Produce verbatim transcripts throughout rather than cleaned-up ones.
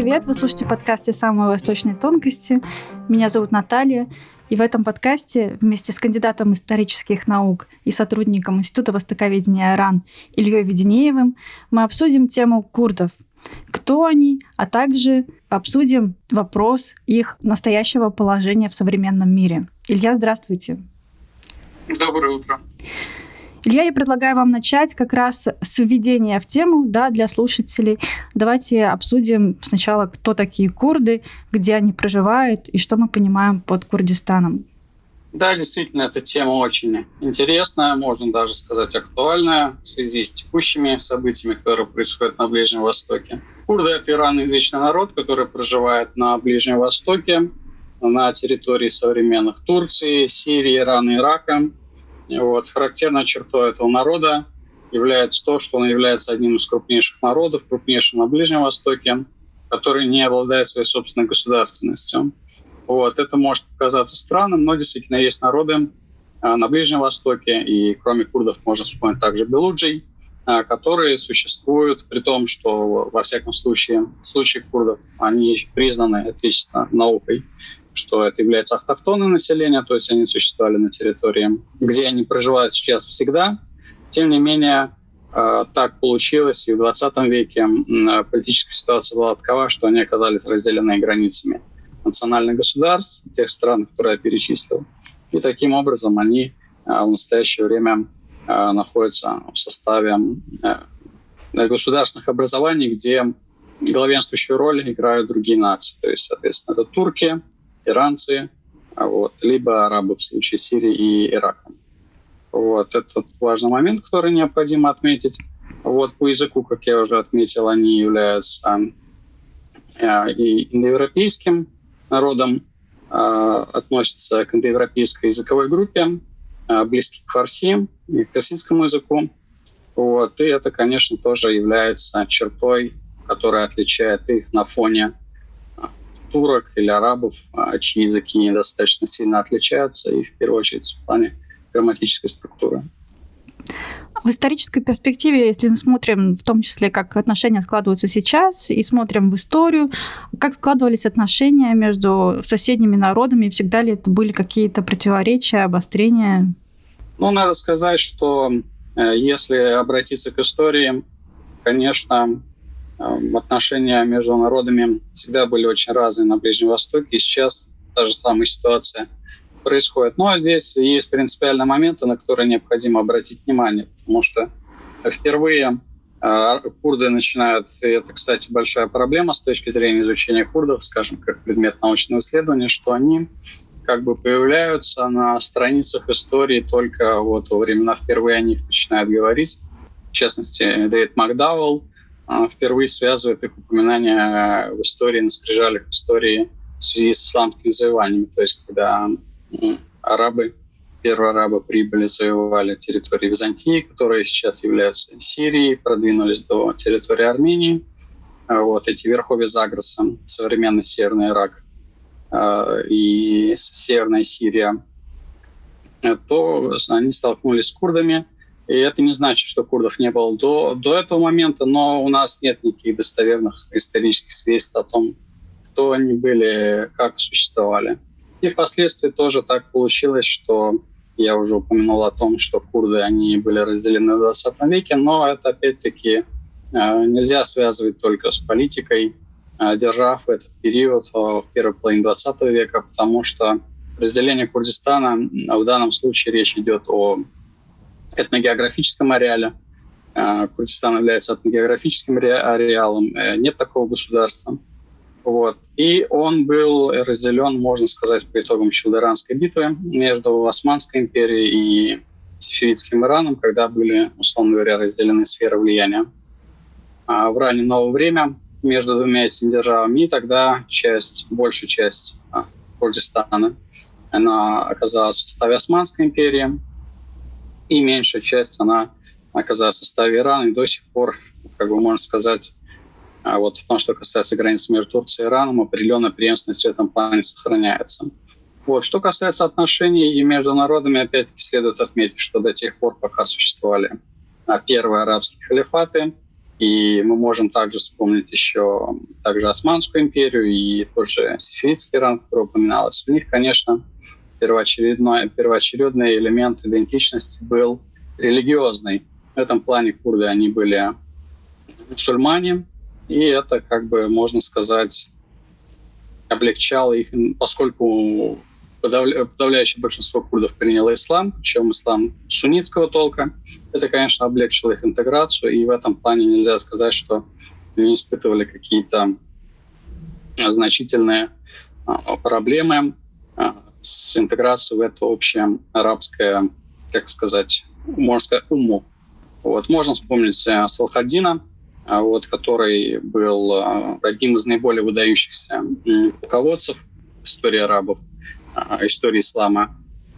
привет! Вы слушаете подкаст «Те самые восточные тонкости». Меня зовут Наталья. И в этом подкасте вместе с кандидатом исторических наук и сотрудником Института востоковедения РАН Ильей Веденеевым мы обсудим тему курдов. Кто они, а также обсудим вопрос их настоящего положения в современном мире. Илья, здравствуйте. Доброе утро. Илья, я предлагаю вам начать как раз с введения в тему, да, для слушателей. Давайте обсудим сначала, кто такие курды, где они проживают и что мы понимаем под Курдистаном. Да, действительно, эта тема очень интересная, можно даже сказать актуальная в связи с текущими событиями, которые происходят на Ближнем Востоке. Курды — это ираноязычный народ, который проживает на Ближнем Востоке, на территории современных Турции, Сирии, Ирана, Ирака. Вот. Характерной чертой этого народа является то, что он является одним из крупнейших народов, крупнейшим на Ближнем Востоке, который не обладает своей собственной государственностью. Вот. Это может показаться странным, но действительно есть народы на Ближнем Востоке, и кроме курдов можно вспомнить также белуджей, которые существуют, при том, что во всяком случае в случае курдов они признаны отечественной наукой, что это является автохтонное население, то есть они существовали на территории, где они проживают сейчас всегда. Тем не менее, так получилось, и в двадцатом веке политическая ситуация была такова, что они оказались разделены границами национальных государств, тех стран, которые я перечислил. И таким образом они в настоящее время находятся в составе государственных образований, где главенствующую роль играют другие нации. То есть, соответственно, это турки, иранцы, вот, либо арабы в случае Сирии и Ирака. Вот, это важный момент, который необходимо отметить. Вот, по языку, как я уже отметил, они являются э, и индоевропейским народом, э, относятся к индоевропейской языковой группе, э, близки к фарси и к персидскому языку. Вот, и это, конечно, тоже является чертой, которая отличает их на фоне турок или арабов, чьи языки достаточно сильно отличаются, и в первую очередь в плане грамматической структуры. В исторической перспективе, если мы смотрим в том числе, как отношения складываются сейчас, и смотрим в историю, как складывались отношения между соседними народами, всегда ли это были какие-то противоречия, обострения? Ну, надо сказать, что если обратиться к истории, конечно, отношения между народами всегда были очень разные на Ближнем Востоке, и сейчас та же самая ситуация происходит. Но здесь есть принципиальные моменты, на которые необходимо обратить внимание, потому что впервые курды начинают, и это, кстати, большая проблема с точки зрения изучения курдов, скажем, как предмет научного исследования, что они как бы появляются на страницах истории только вот во времена впервые о них начинают говорить. В частности, Дэвид Макдауэлл впервые связывает их упоминания в истории, на скрижалях истории в связи с исламскими завоеваниями. То есть, когда арабы, первые арабы прибыли, завоевали территорию Византии, которая сейчас является Сирией, продвинулись до территории Армении. Вот эти верховья Загроса, современный Северный Ирак и Северная Сирия, то они столкнулись с курдами. И это не значит, что курдов не было до, до этого момента, но у нас нет никаких достоверных исторических свидетельств о том, кто они были, как существовали. И впоследствии тоже так получилось, что я уже упомянул о том, что курды они были разделены в двадцатом веке, но это опять-таки нельзя связывать только с политикой держав в этот период в первой половине двадцатого века, потому что разделение Курдистана, в данном случае речь идет о этногеографическом ареале. Курдистан является этногеографическим ареалом, нет такого государства. Вот. И он был разделен, можно сказать, по итогам Чалдыранской битвы между Османской империей и Сефевидским Ираном, когда были, условно говоря, разделены сферы влияния. А в раннее новое время между двумя этими державами, и тогда часть, большая часть Курдистана, она оказалась в составе Османской империи, и меньшая часть, она оказалась в составе Ирана, и до сих пор, как бы можно сказать, вот в том, что касается границы между Турцией и Ираном, определенная преемственность в этом плане сохраняется. Вот. Что касается отношений и между народами, опять-таки следует отметить, что до тех пор, пока существовали первые арабские халифаты, И мы можем также вспомнить еще также Османскую империю и тот же Сефевидский Иран, который упоминалось. У них, конечно, первоочередной, первоочередный элемент идентичности был религиозный. В этом плане курды, они были мусульмане, и это, как бы, можно сказать, облегчало их, поскольку подавляющее большинство курдов приняло ислам, причем ислам суннитского толка. Это, конечно, облегчило их интеграцию, и в этом плане нельзя сказать, что они испытывали какие-то значительные проблемы с интеграцией в это общее арабское, как сказать, можно сказать, умму. Вот. Можно вспомнить Салахаддина, вот, который был одним из наиболее выдающихся полководцев истории арабов, истории ислама.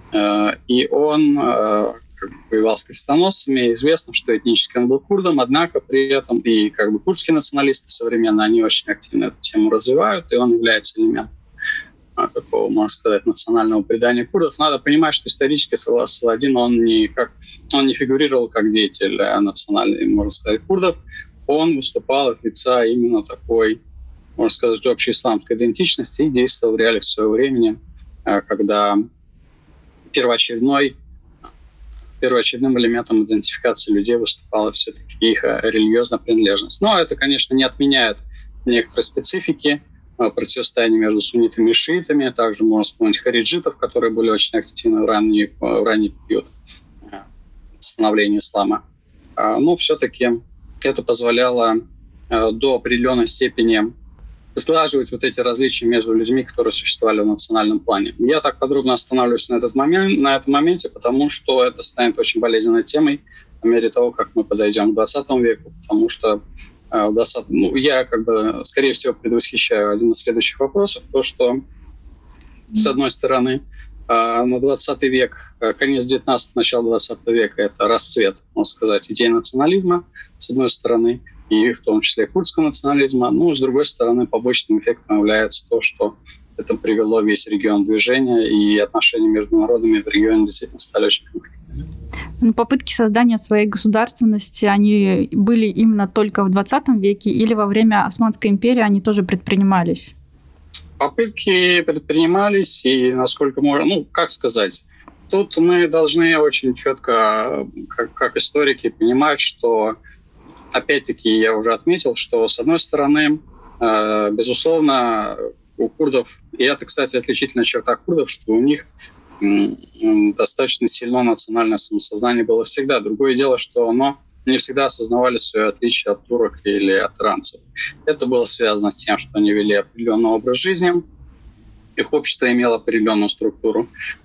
И он как бы воевал с крестоносцами. Известно, что этнически он был курдом, однако при этом и как бы курдские националисты современные, они очень активно эту тему развивают, и он является элементом такого, можно сказать, национального предания курдов. Надо понимать, что исторически Саладин, он не, как, он не фигурировал как деятель национальный, можно сказать, курдов. Он выступал от лица именно такой, можно сказать, общей исламской идентичности и действовал в реалиях своего времени, когда первоочередной, первоочередным элементом идентификации людей выступала все-таки их религиозная принадлежность. Но это, конечно, не отменяет некоторые специфики противостояния между суннитами и шиитами. Также можно вспомнить хариджитов, которые были очень активны в ранний, в ранний период становления ислама. Но все-таки это позволяло до определенной степени сглаживать вот эти различия между людьми, которые существовали в национальном плане. Я так подробно останавливаюсь на, этот момент, на этом моменте, потому что это станет очень болезненной темой по мере того, как мы подойдем к двадцатому веку, потому что в двадцатом, ну, я как бы, скорее всего, предвосхищаю один из следующих вопросов, то, что, с одной стороны, на двадцатый век, конец девятнадцатого, начало двадцатого века — это расцвет, можно сказать, идей национализма, с одной стороны, и в том числе курдского национализма. Ну, с другой стороны, побочным эффектом является то, что это привело весь регион в движение, и отношения между народами в регионе действительно стали очень конфликтными. Ну, попытки создания своей государственности, они были именно только в двадцатом веке или во время Османской империи они тоже предпринимались? Попытки предпринимались, и насколько можно, ну, как сказать, тут мы должны очень четко, как, как историки, понимать, что, опять-таки, я уже отметил, что, с одной стороны, э, безусловно, у курдов, и это, кстати, отличительная черта курдов, что у них м, достаточно сильно национальное самосознание было всегда. Другое дело, что оно не всегда осознавали свое отличие от турок или от иранцев. Это было связано с тем, что они вели определенный образ жизни, их общество имело определенную структуру.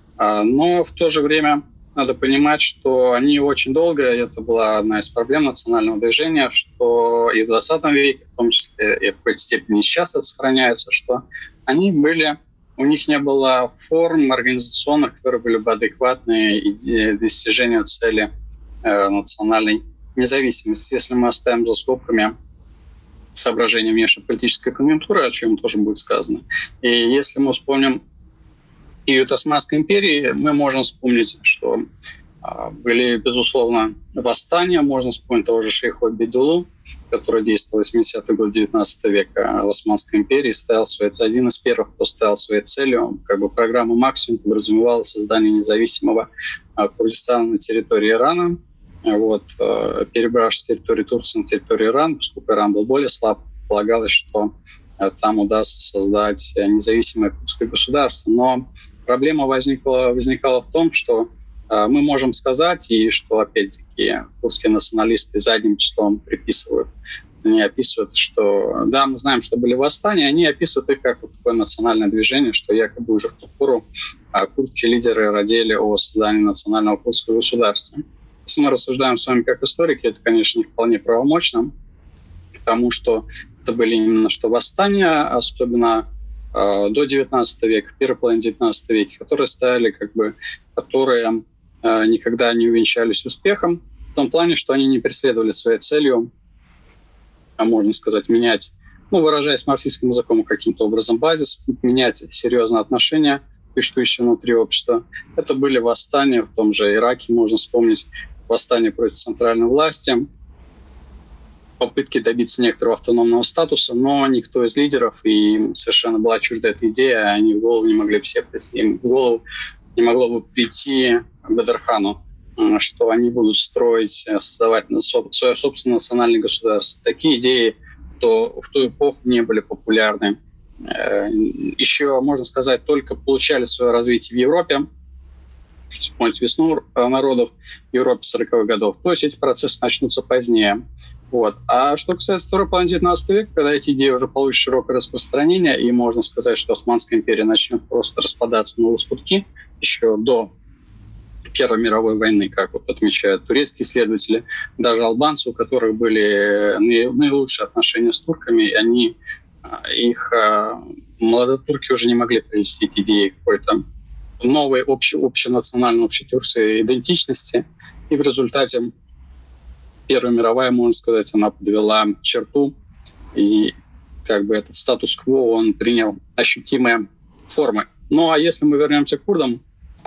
Но в то же время надо понимать, что они очень долго, это была одна из проблем национального движения, что и в двадцатом веке, в том числе и в какой-то степени сейчас это сохраняется, что они были, у них не было форм организационных, которые были бы адекватны достижению цели э, национальной независимости. Если мы оставим за скобками соображения внешнеполитической конъюнктуры, о чем тоже будет сказано, и если мы вспомним период Османской империи, мы можем вспомнить, что а, были, безусловно, восстания. Можно вспомнить того же шейха Абидуллу, который действовал в восьмидесятые годы девятнадцатого века в Османской империи, ставил своей, один из первых, кто ставил своей целью, как бы программа «Максимум» подразумевала создание независимого а, Курдистана на территории Ирана. Вот, а, перебравшись с территории Турции на территорию Ирана, поскольку Иран был более слаб, полагалось, что а, там удастся создать независимое курдское государство. Но проблема возникла, возникала в том, что э, мы можем сказать, и что, опять-таки, курдские националисты задним числом приписывают, они описывают, что, да, мы знаем, что были восстания, они описывают их как вот такое национальное движение, что якобы уже в ту пору э, курдские лидеры родили о создании национального курдского государства. Если мы рассуждаем с вами как историки, это, конечно, не вполне правомочно, потому что это были именно что восстания, особенно до девятнадцатого века, в первой половине девятнадцатого века, которые стояли, как бы, которые э, никогда не увенчались успехом, в том плане, что они не преследовали своей целью, а можно сказать, менять, ну, выражаясь марксистским языком, каким-то образом базис, менять серьезные отношения, существующие внутри общества. Это были восстания в том же Ираке, можно вспомнить восстание против центральной власти, попытки добиться некоторого автономного статуса, но никто из лидеров, и им совершенно была чужда эта идея, они в голову не могли бы себе представить, им в голову не могло бы прийти Бадырхану, что они будут строить, создавать свое собственное национальное государство. Такие идеи то в ту эпоху не были популярны. Еще, можно сказать, только получали свое развитие в Европе, вспомнить весну народов в Европе сороковых годов, то есть эти процессы начнутся позднее. Вот. А что касается второй половины девятнадцатого века, когда эти идеи уже получат широкое распространение, и можно сказать, что Османская империя начнет просто распадаться на лоскутки еще до Первой мировой войны, как вот отмечают турецкие исследователи, даже албанцы, у которых были наилучшие отношения с турками, они, их молодотурки уже не могли привести к идее какой-то новой общей, общенациональной, общетюркской идентичности. И в результате Первая мировая, можно сказать, она подвела черту, и как бы этот статус-кво, он принял ощутимые формы. Ну а если мы вернемся к курдам,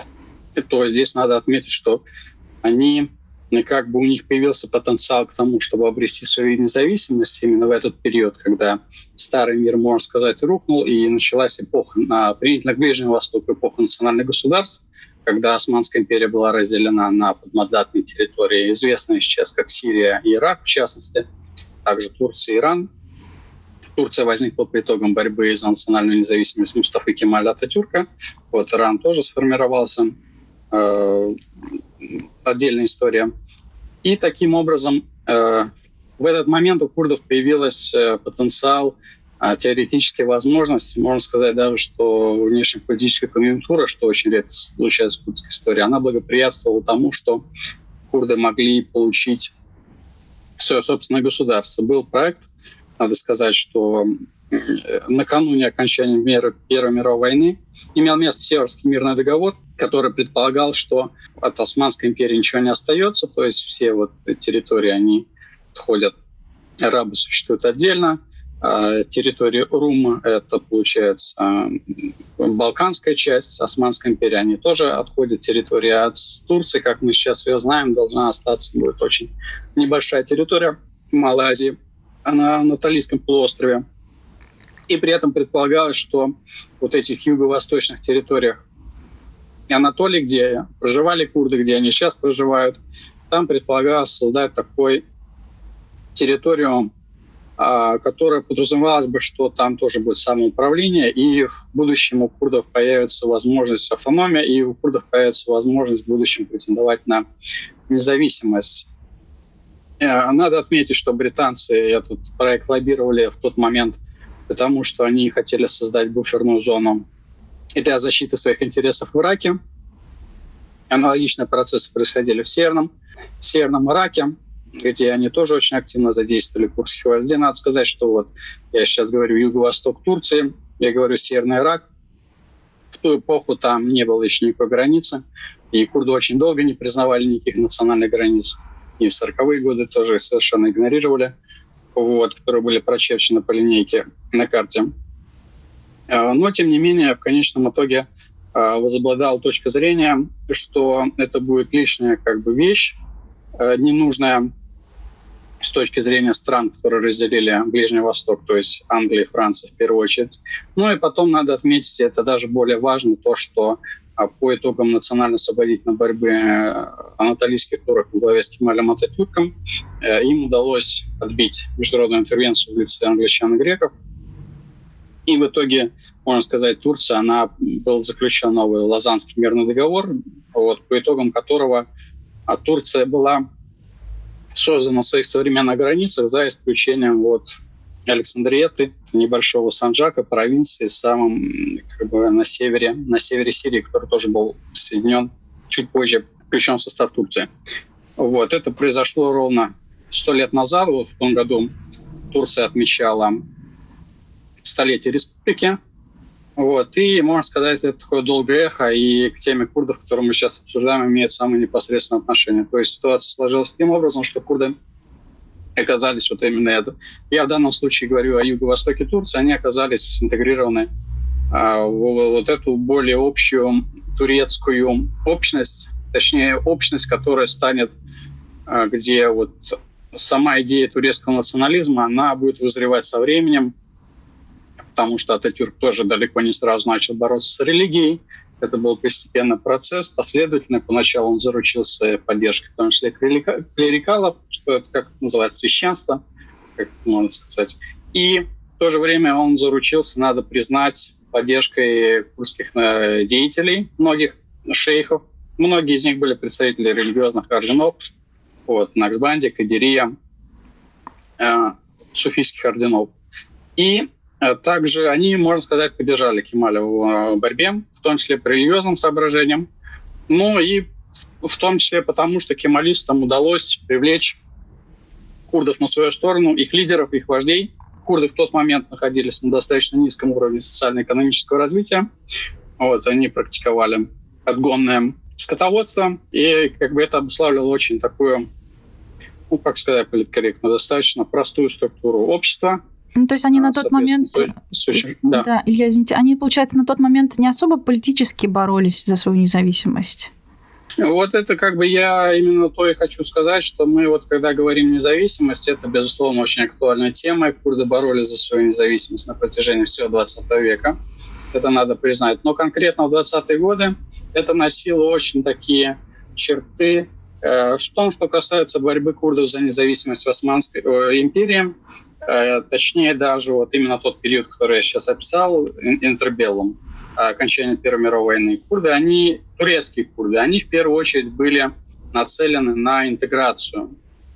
то здесь надо отметить, что они, как бы у них появился потенциал к тому, чтобы обрести свою независимость именно в этот период, когда старый мир, можно сказать, рухнул, и началась эпоха, на, на Ближнем Востоке, эпоха национальных государств, когда Османская империя была разделена на подмандатные территории, известные сейчас как Сирия и Ирак, в частности, также Турция и Иран. Турция возникла по итогам борьбы за национальную независимость Мустафы Кемаля Ататюрка. Вот Иран тоже сформировался. Э, отдельная история. И таким образом э, в этот момент у курдов появился э, потенциал, э, теоретические возможности. Можно сказать даже, что внешнеполитическая конъюнктура, что очень редко случается в курдской истории, она благоприятствовала тому, что курды могли получить свое собственное государство. Был проект, надо сказать, что накануне окончания мира, Первой мировой войны имел место Северский мирный договор, который предполагал, что от Османской империи ничего не остается, то есть все вот территории, они отходят, арабы существуют отдельно, а территория Рума, это, получается, балканская часть Османской империи, они тоже отходят, территория от Турции, как мы сейчас ее знаем, должна остаться, будет очень небольшая территория Малой Азии, на Анатолийском полуострове. И при этом предполагалось, что вот этих юго-восточных территориях Анатолии, где проживали курды, где они сейчас проживают, там предполагалось создать такой территорию, которая подразумевалась бы, что там тоже будет самоуправление, и в будущем у курдов появится возможность автономии, и у курдов появится возможность в будущем претендовать на независимость. Надо отметить, что британцы этот проект лоббировали в тот момент, потому что они хотели создать буферную зону и для защиты своих интересов в Ираке. Аналогичные процессы происходили в Северном, в Северном Ираке, где они тоже очень активно задействовали курдских вождей. Надо сказать, что вот я сейчас говорю юго-восток Турции, я говорю Северный Ирак. В ту эпоху там не было еще никакой границы, и курды очень долго не признавали никаких национальных границ. И в сороковые годы тоже совершенно игнорировали, вот, которые были прочерчены по линейке на карте. Но, тем не менее, в конечном итоге возобладала точка зрения, что это будет лишняя как бы вещь, ненужная с точки зрения стран, которые разделили Ближний Восток, то есть Англия и Франция в первую очередь. Ну и потом надо отметить, это даже более важно, то, что по итогам национально-освободительной борьбы анатолийских турок во главе с Кемалем Ататюрком им удалось отбить международную интервенцию в лице англичан и греков. И в итоге, можно сказать, Турция, она был заключен новый Лозаннский мирный договор, вот, по итогам которого Турция была создана в своих современных границах, за исключением вот Александриеты, небольшого Санджака, провинции, самым как бы, на севере, на севере Сирии, который тоже был соединен чуть позже, включен в состав Турции. Вот. Это произошло ровно сто лет назад. Вот в том году Турция отмечала столетие республики. Вот. И, можно сказать, это такое долгое эхо, и к теме курдов, которую мы сейчас обсуждаем, имеет самое непосредственное отношение. То есть ситуация сложилась таким образом, что курды оказались вот именно это. Я в данном случае говорю о юго-востоке Турции, они оказались интегрированы а, в вот эту более общую турецкую общность, точнее общность, которая станет, а, где вот сама идея турецкого национализма, она будет вызревать со временем, потому что Ататюрк тоже далеко не сразу начал бороться с религией. Это был постепенный процесс, последовательный. Поначалу он заручил своей поддержкой, в том числе клерикалов, что это как называется, священство, как можно сказать. И в то же время он заручился, надо признать, поддержкой курдских деятелей, многих шейхов. Многие из них были представители религиозных орденов, вот, Наксбанди, Кадирия, э, суфийских орденов. И э, также они, можно сказать, поддержали Кемаля в борьбе, в том числе по религиозным соображениям, ну и в том числе потому, что кемалистам удалось привлечь курдов на свою сторону, их лидеров, их вождей. Курды в тот момент находились на достаточно низком уровне социально-экономического развития. Вот, они практиковали отгонное скотоводство, и как бы это обуславливало очень такую, ну, как сказать политкорректно, достаточно простую структуру общества. Ну, то есть они на тот момент... Да. да, Илья, извините, они, получается, на тот момент не особо политически боролись за свою независимость? Вот это как бы я именно то и хочу сказать, что мы вот когда говорим независимость, это, безусловно, очень актуальная тема. Курды боролись за свою независимость на протяжении всего двадцатого века. Это надо признать. Но конкретно в двадцатые годы это носило очень такие черты. Э, в том, что касается борьбы курдов за независимость в Османской э, империи, э, точнее даже вот именно тот период, который я сейчас описал, интербеллум, окончание Первой мировой войны, курды, они, турецкие курды, они в первую очередь были нацелены на интеграцию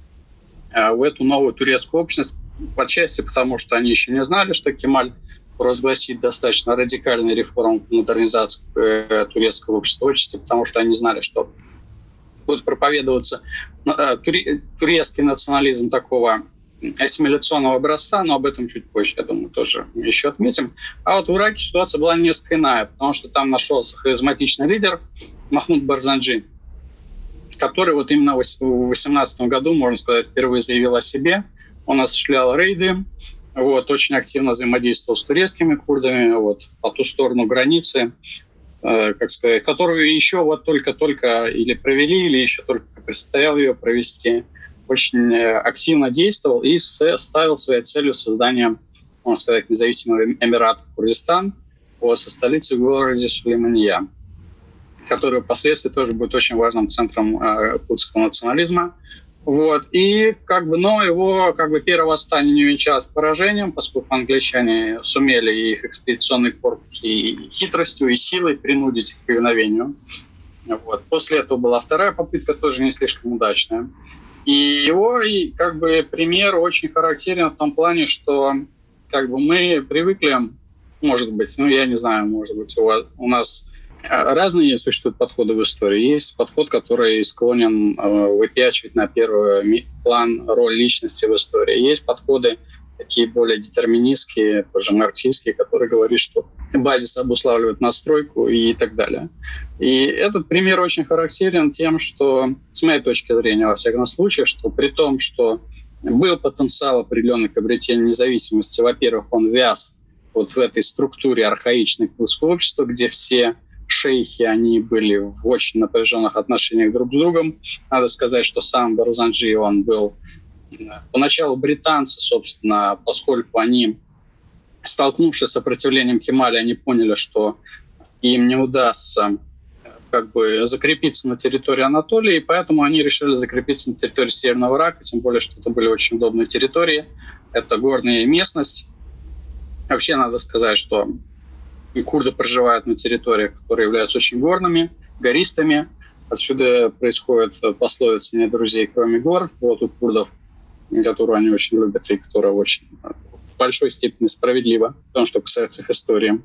э, в эту новую турецкую общность, отчасти потому, что они еще не знали, что Кемаль провозгласить достаточно радикальные реформы по модернизации э, турецкого общества, отчасти потому, что они знали, что будет проповедоваться э, тури, турецкий национализм такого ассимиляционного образца, но об этом чуть позже, я думаю, тоже еще отметим. А вот в Ираке ситуация была несколько иная, потому что там нашелся харизматичный лидер Махмуд Барзанджи, который вот именно в две тысячи восемнадцатом году, можно сказать, впервые заявил о себе. Он осуществлял рейды, вот, очень активно взаимодействовал с турецкими курдами, вот, по ту сторону границы, э, как сказать, которую еще вот только-только или провели, или еще только предстояло ее провести. Очень активно действовал и ставил своей целью создание, можно сказать, независимого эмирата Курдистан вот, со столицей в городе Сулеймания, который впоследствии тоже будет очень важным центром э, курдского национализма. Вот. И как бы, но его как бы, первое восстание не увенчалось поражением, поскольку англичане сумели и их экспедиционный корпус и хитростью, и силой принудить к повиновению. Вот. После этого была вторая попытка, тоже не слишком удачная. И его и, как бы, пример очень характерен в том плане, что как бы, мы привыкли, может быть, ну я не знаю, может быть, у, вас, у нас разные существуют подходы в истории. Есть подход, который склонен э, выпячивать на первый план роль личности в истории. Есть подходы такие более детерминистские, тоже марксистские, которые говорят, что базис обуславливает настройку и так далее. И этот пример очень характерен тем, что, с моей точки зрения, во всяком случае, что при том, что был потенциал определенный к обретению независимости, во-первых, он вяз вот в этой структуре архаичной курдского общества, где все шейхи, они были в очень напряженных отношениях друг с другом. Надо сказать, что сам Барзанджи, он был поначалу британцы, собственно, поскольку они, столкнувшись с сопротивлением Кемаля, они поняли, что им не удастся как бы закрепиться на территории Анатолии, и поэтому они решили закрепиться на территории Северного Ирака, тем более, что это были очень удобные территории. Это горная местность. Вообще надо сказать, что курды проживают на территориях, которые являются очень горными, гористыми. Отсюда происходит пословица «нет друзей, кроме гор». Вот у курдов, которую они очень любят и которая очень в большой степени справедлива, в том, что касается их истории.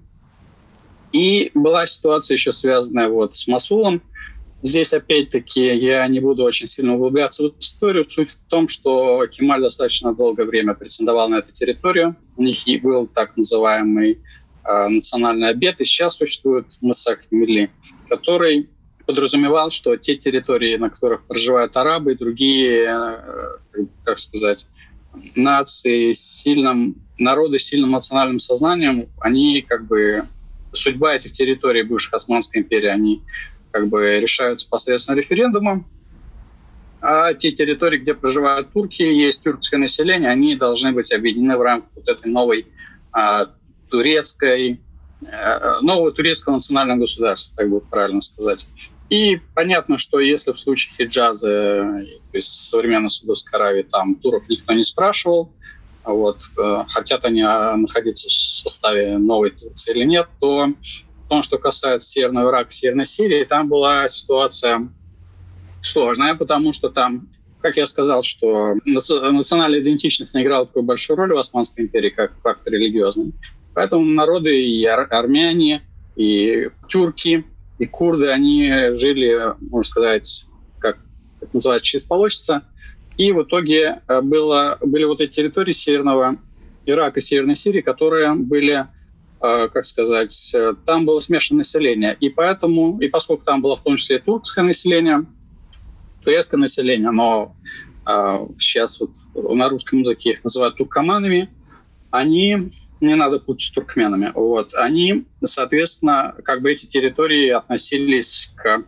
И была ситуация еще связанная вот с Мосулом. Здесь, опять-таки, я не буду очень сильно углубляться в историю. Суть в том, что Кемаль достаточно долгое время претендовал на эту территорию. У них и был так называемый э, национальный обет, и сейчас существует Мысак Милли, который подразумевал, что те территории, на которых проживают арабы и другие, э, как сказать, нации с сильным, народы с сильным национальным сознанием, они как бы... Судьба этих территорий бывших Османской империи, они как бы решаются посредством референдума. А те территории, где проживают турки, есть тюркское население, они должны быть объединены в рамках вот этой новой а, турецкой, а, нового турецкого национального государства, так будет правильно сказать. И понятно, что если в случае Хиджаза, то есть современной Саудовской Аравии, там турок никто не спрашивал, вот, хотят они находиться в составе новой Турции или нет, то в том, что касается Северного Ирака, Северной Сирии, там была ситуация сложная, потому что там, как я сказал, что национальная идентичность не играла такую большую роль в Османской империи, как фактор религиозный. Поэтому народы и ар- армяне, и тюрки, и курды, они жили, можно сказать, как это называется, через полосица. И в итоге было, были вот эти территории Северного Ирака, Северной Сирии, которые были, как сказать, там было смешанное население. И поэтому, и поскольку там было в том числе и туркское население, турецкое население, но э, сейчас вот на русском языке их называют туркоманами, они, не надо путать с туркменами, вот, они, соответственно, как бы эти территории относились к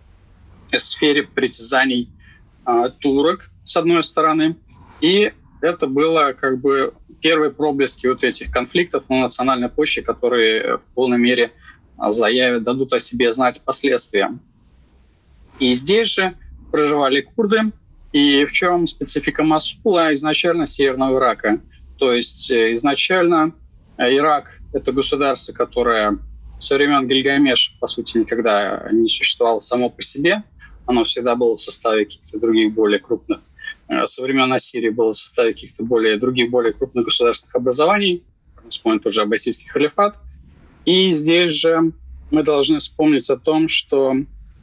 сфере притязаний э, турок, с одной стороны, и это было как бы первые проблески вот этих конфликтов на национальной почве, которые в полной мере заявят, дадут о себе знать впоследствии. И здесь же проживали курды. И в чем специфика Мосула изначально Северного Ирака? То есть изначально Ирак — это государство, которое со времен Гильгамеша, по сути, никогда не существовало само по себе. Оно всегда было в составе каких-то других более крупных. Со времен Ассирии было в составе каких-то более, других более крупных государственных образований. Вспомнить уже Аббасидский халифат. И здесь же мы должны вспомнить о том, что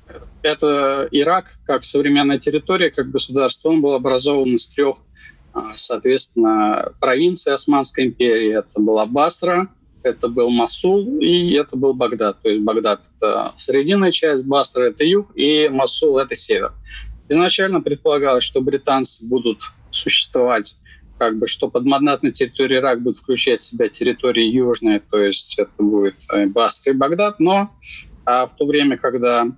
это Ирак, как современная территория, как государство, он был образован из трех, соответственно, провинций Османской империи. Это была Басра, это был Мосул и это был Багдад. То есть Багдад — это срединная часть, Басра — это юг, и Мосул — это север. Изначально предполагалось, что британцы будут существовать, как бы, что подмандатная территория Ирака будет включать в себя территории южные, то есть это будет Басра и Багдад, но а в то время, когда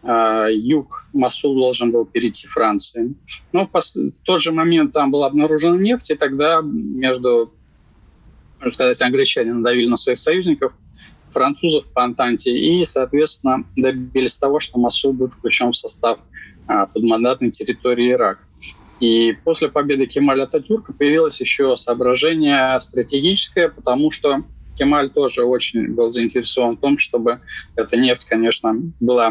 юг, Мосул должен был перейти Франции. Но в тот же момент там была обнаружена нефть, и тогда между, можно сказать, англичане надавили на своих союзников, французов по Антанте, и, соответственно, добились того, что Мосул будет включен в состав подмандатной территории Ирака. И после победы Кемаля Ататюрка появилось еще соображение стратегическое, потому что Кемаль тоже очень был заинтересован в том, чтобы эта нефть, конечно, была,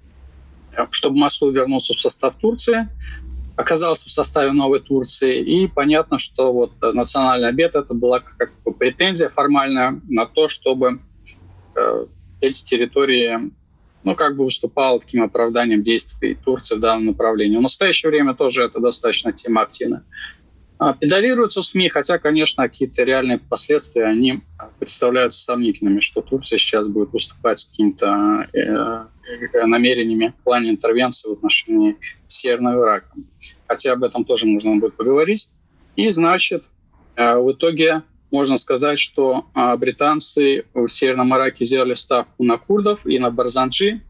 чтобы Мосул вернулся в состав Турции, оказался в составе новой Турции. И понятно, что вот национальный обет — это была как бы претензия формальная на то, чтобы э, эти территории, ну, как бы выступало таким оправданием действий Турции в данном направлении. В настоящее время тоже это достаточно тема активна. Педалируются в СМИ, хотя, конечно, какие-то реальные последствия, они представляются сомнительными, что Турция сейчас будет выступать с какими-то э, намерениями в плане интервенции в отношении Северного Ирака. Хотя об этом тоже нужно будет поговорить. И, значит, э, в итоге можно сказать, что э, британцы в Северном Ираке сделали ставку на курдов и на Барзанджи.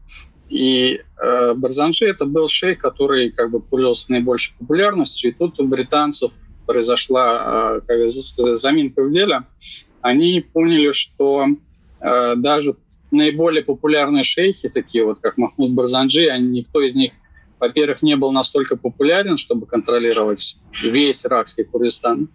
И э, Барзанджи — это был шейх, который как бы пользовался наибольшей популярностью. И тут у британцев произошла э, заминка в деле. Они поняли, что э, даже наиболее популярные шейхи, такие вот как Махмуд Барзанджи, они, никто из них, во-первых, не был настолько популярен, чтобы контролировать весь иракский Курдистан.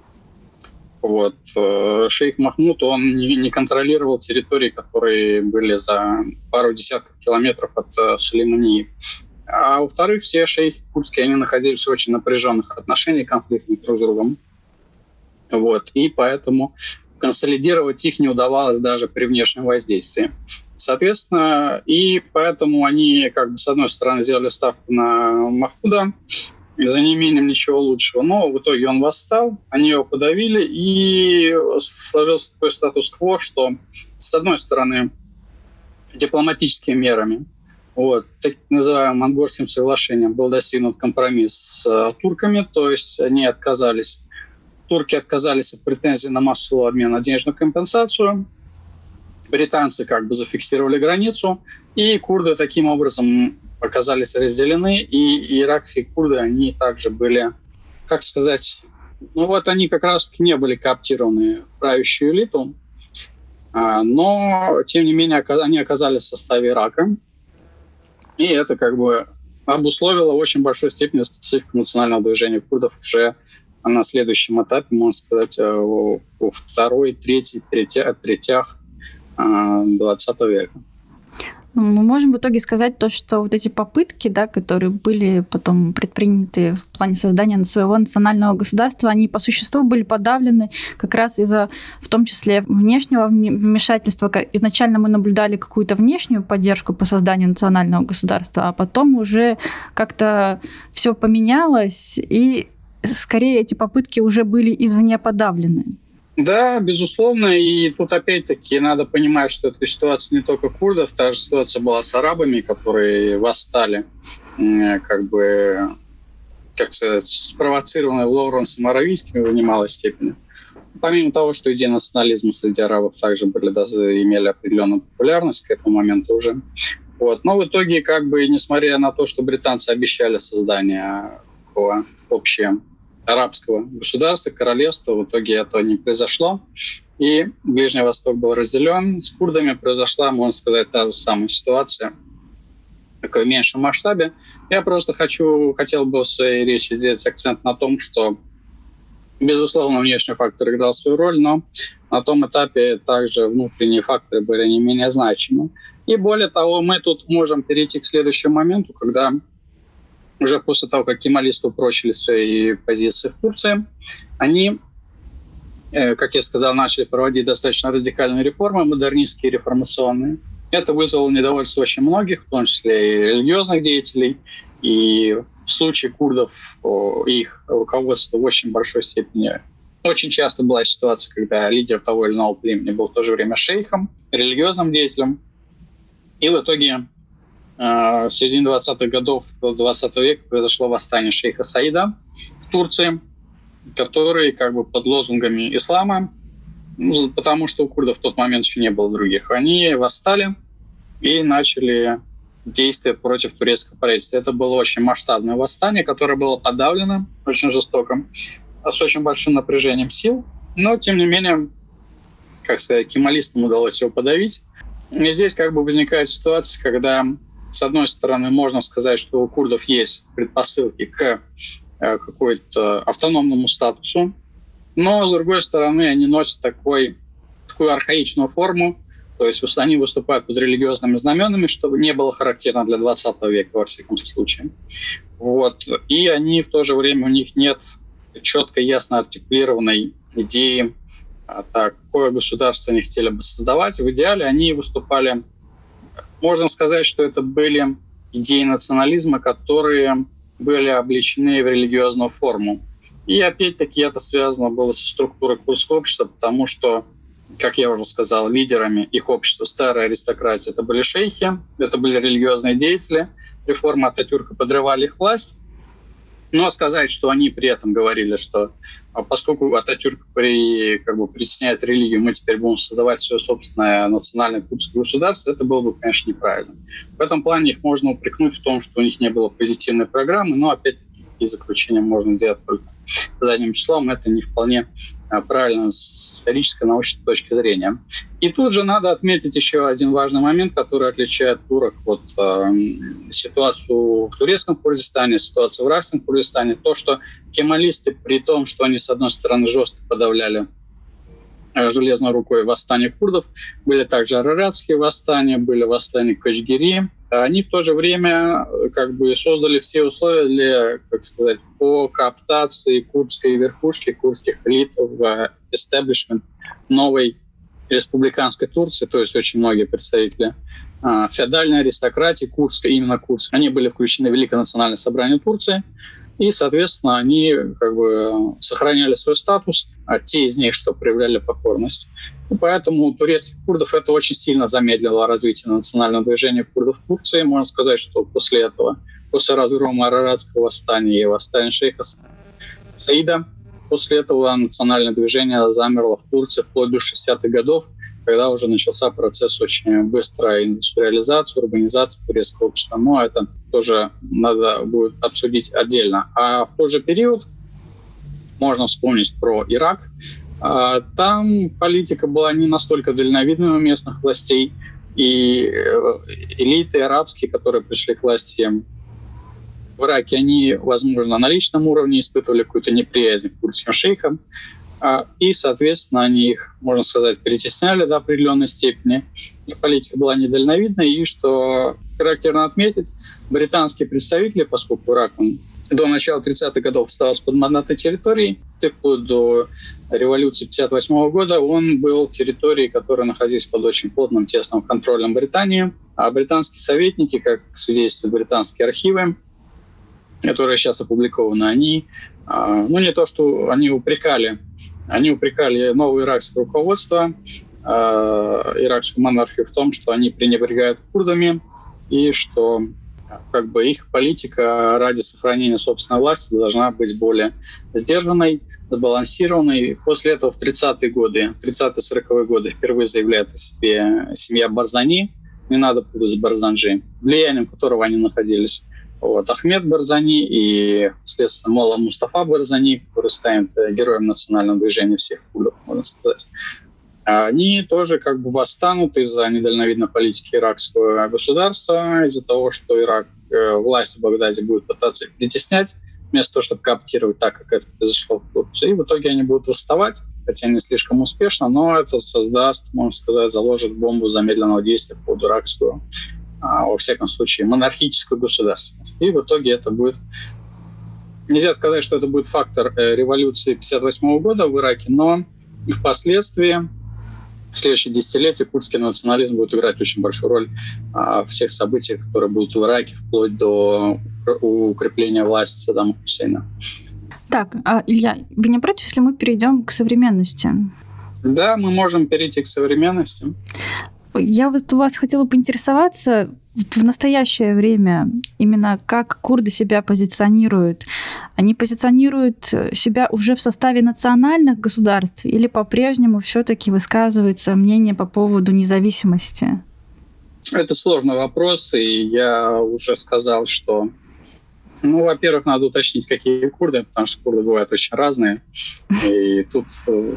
Вот. Шейх Махмуд, он не, не контролировал территории, которые были за пару десятков километров от Сулеймании. А во-вторых, все шейхи курдские, они находились в очень напряженных отношениях, конфликтных друг с другом. Вот. И поэтому консолидировать их не удавалось даже при внешнем воздействии. Соответственно, и поэтому они, как бы, с одной стороны, сделали ставку на Махмуда, за неимением ничего лучшего. Но в итоге он восстал, они его подавили, и сложился такой статус-кво, что, с одной стороны, дипломатическими мерами, вот, так называемым Ангорским соглашением, был достигнут компромисс с турками, то есть они отказались, турки отказались от претензий на массовый обмен на денежную компенсацию, британцы как бы зафиксировали границу, и курды таким образом оказались разделены, и иракские курды, они также были, как сказать, ну вот они как раз не были кооптированы в правящую элиту, но, тем не менее, они оказались в составе Ирака, и это как бы обусловило в очень большой степени специфику национального движения курдов уже на следующем этапе, можно сказать, во второй, третий, третьих двадцатого века. Мы можем в итоге сказать то, что вот эти попытки, да, которые были потом предприняты в плане создания своего национального государства, они по существу были подавлены как раз из-за, в том числе, внешнего вмешательства. Изначально мы наблюдали какую-то внешнюю поддержку по созданию национального государства, а потом уже как-то все поменялось, и скорее эти попытки уже были извне подавлены. Да, безусловно, и тут опять-таки надо понимать, что эта ситуация не только курдов, та же ситуация была с арабами, которые восстали, как бы, как сказать, спровоцированные Лоуренсом Аравийским в немалой степени. Помимо того, что идеи национализма среди арабов также были, даже имели определенную популярность к этому моменту уже. Вот. Но в итоге, как бы, несмотря на то, что британцы обещали создание такого общего арабского государства, королевства, в итоге этого не произошло. И Ближний Восток был разделен. С курдами произошла, можно сказать, та же самая ситуация, только в меньшем масштабе. Я просто хочу, хотел бы в своей речи сделать акцент на том, что, безусловно, внешний фактор играл свою роль, но на том этапе также внутренние факторы были не менее значимы. И более того, мы тут можем перейти к следующему моменту, когда уже после того, как кемалисты упрочили свои позиции в Турции, они, как я сказал, начали проводить достаточно радикальные реформы, модернистские, реформационные. Это вызвало недовольство очень многих, в том числе и религиозных деятелей. И в случае курдов их руководство в очень большой степени. Очень часто была ситуация, когда лидер того или иного племени был в то же время шейхом, религиозным деятелем. И в итоге в середине двадцатых годов двадцатого века произошло восстание шейха Саида в Турции, который как бы под лозунгами ислама, ну, потому что у курдов в тот момент еще не было других, они восстали и начали действия против турецкого правительства. Это было очень масштабное восстание, которое было подавлено очень жестоко, с очень большим напряжением сил, но тем не менее, как сказать, кемалистам удалось его подавить. И здесь как бы возникает ситуация, когда с одной стороны, можно сказать, что у курдов есть предпосылки к какой-то автономному статусу, но, с другой стороны, они носят такой, такую архаичную форму, то есть они выступают под религиозными знаменами, что не было характерно для двадцатого века, во всяком случае. Вот. И они в то же время, у них нет четко, ясно артикулированной идеи, так, какое государство они хотели бы создавать. В идеале они выступали... Можно сказать, что это были идеи национализма, которые были облечены в религиозную форму. И опять-таки это связано было со структурой курдского общества, потому что, как я уже сказал, лидерами их общества, старой аристократии, это были шейхи, это были религиозные деятели. Реформы Ататюрка подрывали их власть. Но сказать, что они при этом говорили, что поскольку Ататюрк при, как бы, притесняет религию, мы теперь будем создавать свое собственное национальное курдское государство, это было бы, конечно, неправильно. В этом плане их можно упрекнуть в том, что у них не было позитивной программы, но опять-таки такие заключения можно делать только задним числом. Это не вполне правильно с исторической, научной точки зрения. И тут же надо отметить еще один важный момент, который отличает турок от э, ситуацию в турецком Курдистане, ситуацию в иракском Курдистане. То, что кемалисты, при том, что они, с одной стороны, жестко подавляли э, железной рукой восстания курдов, были также араратские восстания, были восстания Качгири. Они в то же время как бы создали все условия для, как сказать, по кооптации курдской верхушки, курдских элит в эстаблишмент новой республиканской Турции, то есть очень многие представители э, феодальной аристократии курдской, именно курдской, они были включены в Великое национальное собрание Турции, и, соответственно, они как бы сохраняли свой статус, а те из них, что проявляли покорность. И поэтому у турецких курдов это очень сильно замедлило развитие национального движения курдов в Турции. Можно сказать, что после этого, после разгрома араратского восстания и восстания шейха Саида, после этого национальное движение замерло в Турции вплоть до шестидесятых годов, когда уже начался процесс очень быстрой индустриализации, урбанизации турецкого общества. Но это тоже надо будет обсудить отдельно. А в тот же период можно вспомнить про Ирак. Там политика была не настолько дальновидной у местных властей, и элиты арабские, которые пришли к власти в Ираке, они, возможно, на личном уровне испытывали какую-то неприязнь к курдским шейхам, и, соответственно, они их, можно сказать, притесняли до определенной степени. Их политика была недальновидной, и, что характерно отметить, британские представители, поскольку Ирак он до начала тридцатых годов оставался под мандатной территорией, вплоть до революции пятьдесят восьмого года, он был территорией, которая находилась под очень плотным, тесным контролем Британии. А британские советники, как свидетельствуют британские архивы, которые сейчас опубликованы, они, ну не то, что они упрекали, они упрекали новое иракское руководство, иракскую монархию в том, что они пренебрегают курдами, и что как бы их политика ради сохранения собственной власти должна быть более сдержанной, сбалансированной. После этого в тридцатые годы, тридцатые-сороковые годы впервые заявляет о себе семья Барзани, не надо путать с Барзанджи, влиянием которого они находились. Вот. Ахмед Барзани и, следственно, Молла Мустафа Барзани, который станет героем национального движения всех курдов, можно сказать. Они тоже как бы восстанут из-за недальновидной политики иракского государства, из-за того, что Ирак, э, власть в Багдаде будет пытаться их притеснять, вместо того, чтобы кооптировать так, как это произошло в Турции. И в итоге они будут восставать, хотя не слишком успешно, но это создаст, можно сказать, заложит бомбу замедленного действия под иракскую, а, во всяком случае, монархическую государственность. И в итоге это будет... Нельзя сказать, что это будет фактор э, революции пятьдесят восьмого года в Ираке, но впоследствии в следующие десятилетия курдский национализм будет играть очень большую роль а, в всех событиях, которые будут в Ираке, вплоть до укрепления власти Саддама Хусейна. Так, Илья, вы не против, если мы перейдем к современности? Да, мы можем перейти к современности. Я вот у вас хотела поинтересоваться, в настоящее время именно как курды себя позиционируют. Они позиционируют себя уже в составе национальных государств или по-прежнему все-таки высказывается мнение по поводу независимости? Это сложный вопрос, и я уже сказал, что, ну, во-первых, надо уточнить, какие курды, потому что курды бывают очень разные, и тут...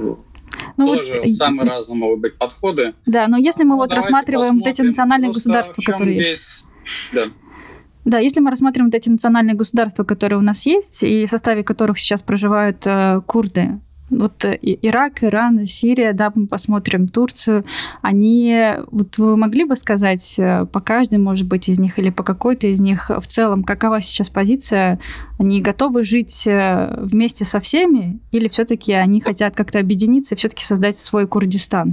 Ну, тоже вот, самые разные могут быть подходы. Да, но если мы ну, вот рассматриваем вот эти национальные государства, которые здесь... есть. Да. Да, если мы рассматриваем вот эти национальные государства, которые у нас есть, и в составе которых сейчас проживают э, курды, вот Ирак, Иран, Сирия, да, мы посмотрим Турцию, они, вот вы могли бы сказать по каждой, может быть, из них или по какой-то из них в целом, какова сейчас позиция? Они готовы жить вместе со всеми или все-таки они хотят как-то объединиться и все-таки создать свой Курдистан?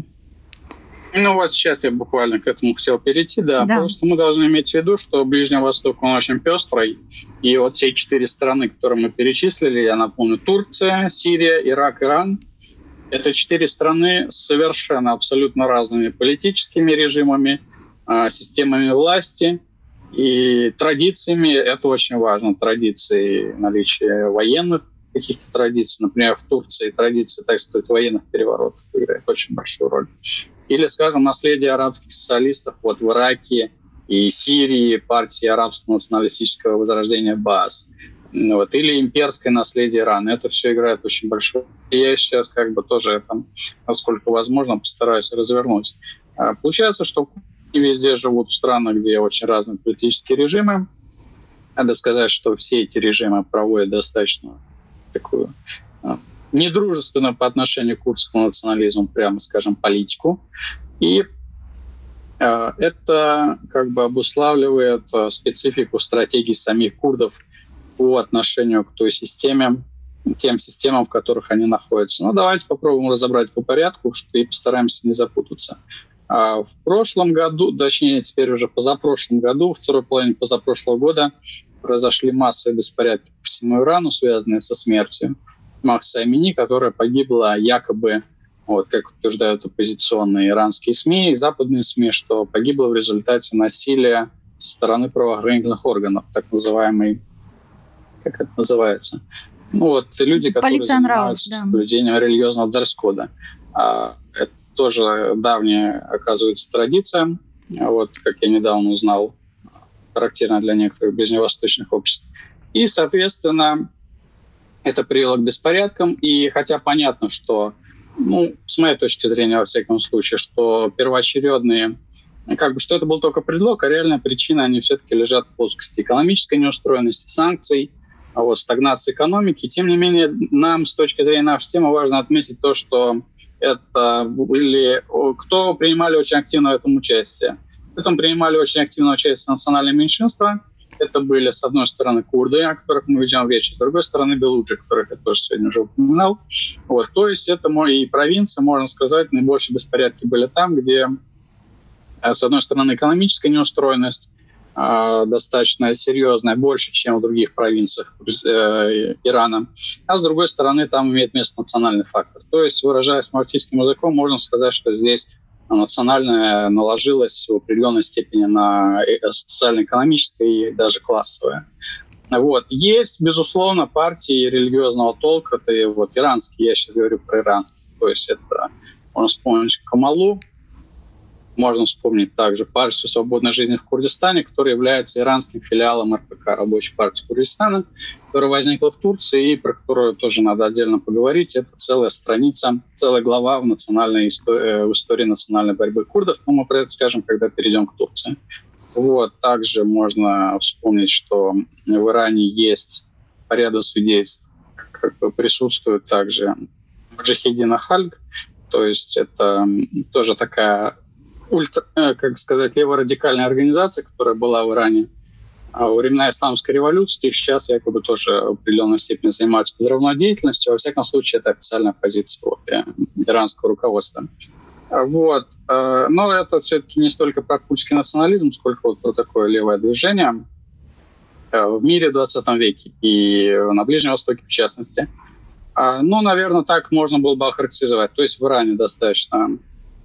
Ну вот сейчас я буквально к этому хотел перейти, да. да. Просто мы должны иметь в виду, что Ближний Восток, он очень пестрый. И вот все четыре страны, которые мы перечислили, я напомню, Турция, Сирия, Ирак, Иран, это четыре страны с совершенно абсолютно разными политическими режимами, системами власти и традициями. Это очень важно, традиции наличия военных каких-то традиций. Например, в Турции традиции, так сказать, военных переворотов играют очень большую роль. Или, скажем, наследие арабских социалистов вот в Ираке и Сирии, партии арабского националистического возрождения БААС. Вот. Или имперское наследие Ирана. Это все играет очень большую роль. И я сейчас как бы тоже это, насколько возможно, постараюсь развернуть. Получается, что везде живут в странах, где очень разные политические режимы. Надо сказать, что все эти режимы проводят достаточно такую недружественную по отношению к курдскому национализму, прямо скажем, политику. И э, это как бы обуславливает э, специфику стратегий самих курдов по отношению к той системе, тем системам, в которых они находятся. Ну, давайте попробуем разобрать по порядку, что и постараемся не запутаться. А в прошлом году, точнее, теперь уже позапрошлом году, в второй половине позапрошлого года произошли массовые беспорядки по всему Ирану, связанные со смертью Махса Амини, которая погибла якобы, вот, как утверждают оппозиционные иранские СМИ и западные СМИ, что погибла в результате насилия со стороны правоохранительных органов, так называемый, как это называется, ну вот люди, которые Полиция занимаются да. соблюдением религиозного дресс-кода. А, это тоже давняя, оказывается, традиция. Вот, как я недавно узнал, характерно для некоторых ближневосточных обществ. И, соответственно, это привело к беспорядкам. И хотя понятно, что, ну, с моей точки зрения, во всяком случае, что первоочередные, как бы, что это был только предлог, а реальная причина, они все-таки лежат в плоскости экономической неустроенности, санкций, а вот, стагнации экономики. Тем не менее, нам с точки зрения нашей темы важно отметить то, что это были, кто принимали очень активно в этом участие. В этом принимали очень активное участие национальные меньшинства. Это были, с одной стороны, курды, о которых мы ведем речь, с другой стороны, белуджи, которых я тоже сегодня уже упоминал. Вот. То есть это мои провинции, можно сказать, наибольшие беспорядки были там, где, с одной стороны, экономическая неустроенность э, достаточно серьезная, больше, чем в других провинциях э, Ирана, а с другой стороны, там имеет место национальный фактор. То есть, выражаясь марксистским языком, можно сказать, что здесь национальное наложилось в определенной степени на социально-экономическое и даже классовое. Вот. Есть, безусловно, партии религиозного толка, это и вот иранские, я сейчас говорю про иранские, то есть это, можно вспомнить Камалу, можно вспомнить также партию свободной жизни в Курдистане, которая является иранским филиалом эр пэ ка, Рабочей партии Курдистана, которая возникла в Турции и про которую тоже надо отдельно поговорить. Это целая страница, целая глава в, национальной истории, в истории национальной борьбы курдов, но мы про это скажем, когда перейдем к Турции. Вот. Также можно вспомнить, что в Иране есть по ряду свидетельств, как бы присутствует также Маджахедин Ахальг, то есть это тоже такая ультра, как сказать, леворадикальная организация, которая была в Иране во времена исламской революции, сейчас якобы тоже в определенной степени занимаются подрывной деятельностью. Во всяком случае, это официальная позиция вот, иранского руководства. Вот. Но это все-таки не столько про курдский национализм, сколько вот про такое левое движение в мире в двадцатом веке и на Ближнем Востоке в частности. Ну, наверное, так можно было бы охарактеризовать. То есть в Иране достаточно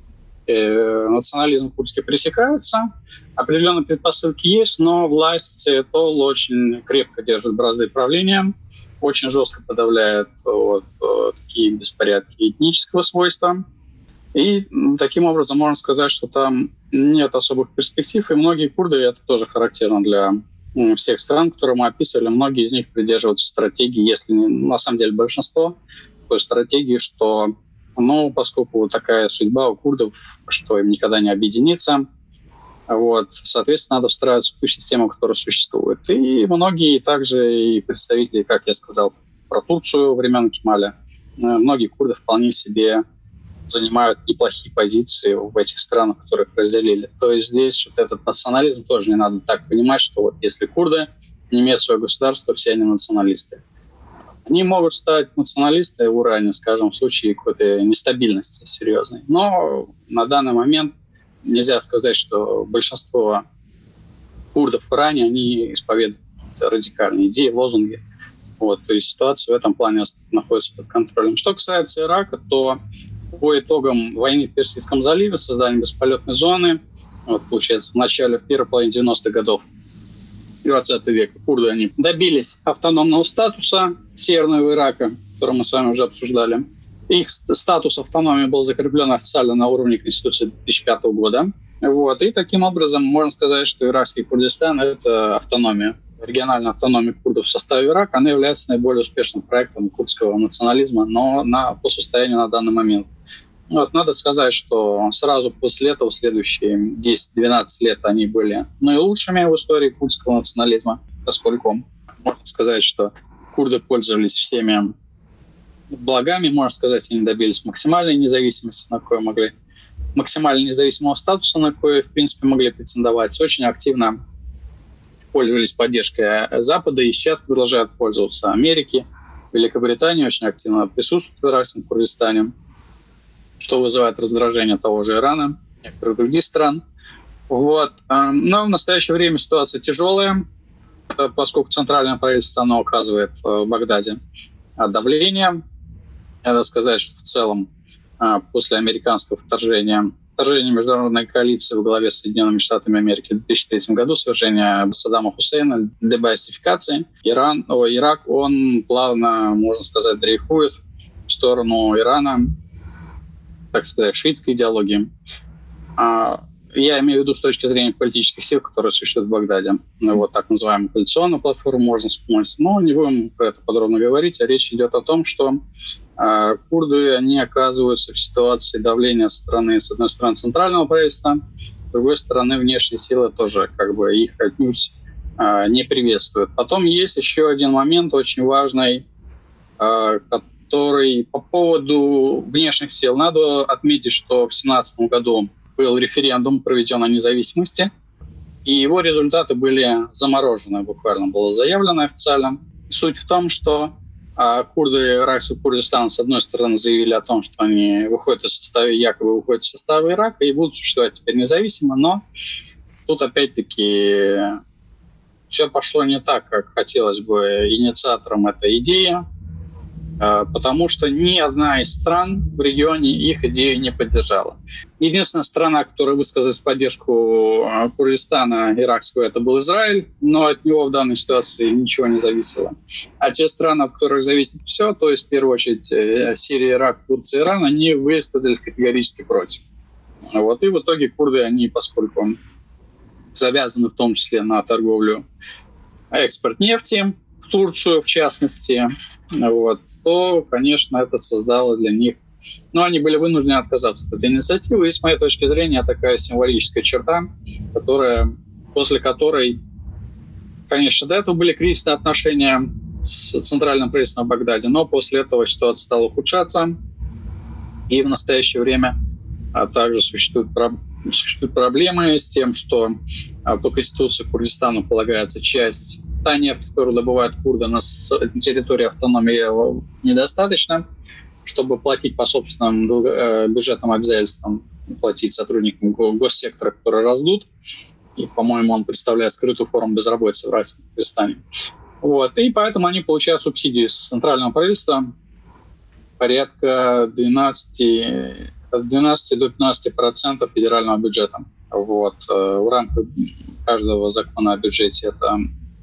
национализм курдский пресекается, определенные предпосылки есть, но власть ТОЛ очень крепко держит бразды правления, очень жестко подавляет вот, такие беспорядки этнического свойства. И таким образом можно сказать, что там нет особых перспектив, и многие курды, это тоже характерно для всех стран, которые мы описывали, многие из них придерживаются стратегии, если не, на самом деле большинство, то есть стратегии, что но поскольку вот такая судьба у курдов, что им никогда не объединиться, вот, соответственно, надо встраиваться в ту систему, которая существует. И многие также и представители, как я сказал, про Турцию времен Кемаля, многие курды вполне себе занимают неплохие позиции в этих странах, которых разделили. То есть здесь вот этот национализм тоже не надо так понимать, что вот если курды не имеют своего государства, все они националисты. Они могут стать националистами в Иране, скажем, в случае какой-то нестабильности серьезной. Но на данный момент нельзя сказать, что большинство курдов в Иране, они исповедуют радикальные идеи, лозунги. Вот, то есть ситуация в этом плане находится под контролем. Что касается Ирака, то по итогам войны в Персидском заливе, создания бесполетной зоны, вот, получается, в начале, в первой половине девяностых годов двадцатого века курды они добились автономного статуса Северного Ирака, который мы с вами уже обсуждали. Их статус автономии был закреплен официально на уровне Конституции две тысячи пятого года. Вот. И таким образом можно сказать, что иракский Курдистан – это автономия. Региональная автономия курдов в составе Ирака, она является наиболее успешным проектом курдского национализма, но на, по состоянию на данный момент. Вот, надо сказать, что сразу после этого, следующие десять-двенадцать лет, они были наилучшими в истории курдского национализма, поскольку можно сказать, что курды пользовались всеми благами, можно сказать, они добились максимальной независимости, на кое могли, максимально независимого статуса, на кое, в принципе, могли претендовать. Очень активно пользовались поддержкой Запада и сейчас продолжают пользоваться Америки, Великобритания очень активно присутствует в иракском Курдистане, что вызывает раздражение того же Ирана, некоторых других стран. Вот. Но в настоящее время ситуация тяжелая, поскольку центральное правительство оно оказывает в Багдаде давление. Надо сказать, что в целом после американского вторжения, вторжения международной коалиции во главе с Соединенными Штатами Америки в две тысячи третьем году, свержения Саддама Хусейна, дебаасификации, Иран, о, Ирак, он плавно, можно сказать, дрейфует в сторону Ирана, так сказать, шиитской идеологии. Я имею в виду с точки зрения политических сил, которые существуют в Багдаде. Ну, вот так называемую коалиционную платформу можно вспомнить. Но не будем про это подробно говорить. А речь идет о том, что э, курды, они оказываются в ситуации давления со стороны, с одной стороны, центрального правительства, с другой стороны, внешние силы тоже как бы их отнюдь э, не приветствуют. Потом есть еще один момент очень важный, э, который по поводу внешних сил. Надо отметить, что в две тысячи семнадцатом году был референдум, проведен о независимости, и его результаты были заморожены, буквально было заявлено официально. Суть в том, что а, курды иракского Курдистана, с одной стороны, заявили о том, что они выходят из состава, якобы выходят из состава Ирака и будут существовать теперь независимо, но тут опять-таки все пошло не так, как хотелось бы инициаторам этой идеи, потому что ни одна из стран в регионе их идею не поддержала. Единственная страна, которая высказалась в поддержку Курдистана иракского, это был Израиль, но от него в данной ситуации ничего не зависело. А те страны, от которых зависит все, то есть в первую очередь Сирия, Ирак, Турция, Иран, они высказались категорически против. Вот. И в итоге курды, они, поскольку завязаны в том числе на торговлю, экспорт нефти, Турцию, в частности, вот, то, конечно, это создало для них... Но они были вынуждены отказаться от этой инициативы. И, с моей точки зрения, такая символическая черта, которая, после которой, конечно, до этого были кризисные отношения с центральным правительством в Багдаде, но после этого ситуация стала ухудшаться. И в настоящее время а также существуют, существуют проблемы с тем, что по Конституции Курдистану полагается часть... Та нефть, которую добывают курды на территории автономии, недостаточно, чтобы платить по собственным бюджетным обязательствам, платить сотрудникам госсектора, которые раздут. И, по-моему, он представляет скрытую форму безработицы в иракском Курдистане. Вот. И поэтому они получают субсидии с центрального правительства порядка двенадцать, от двенадцати до пятнадцати процентов федерального бюджета. Вот. В рамках каждого закона о бюджете это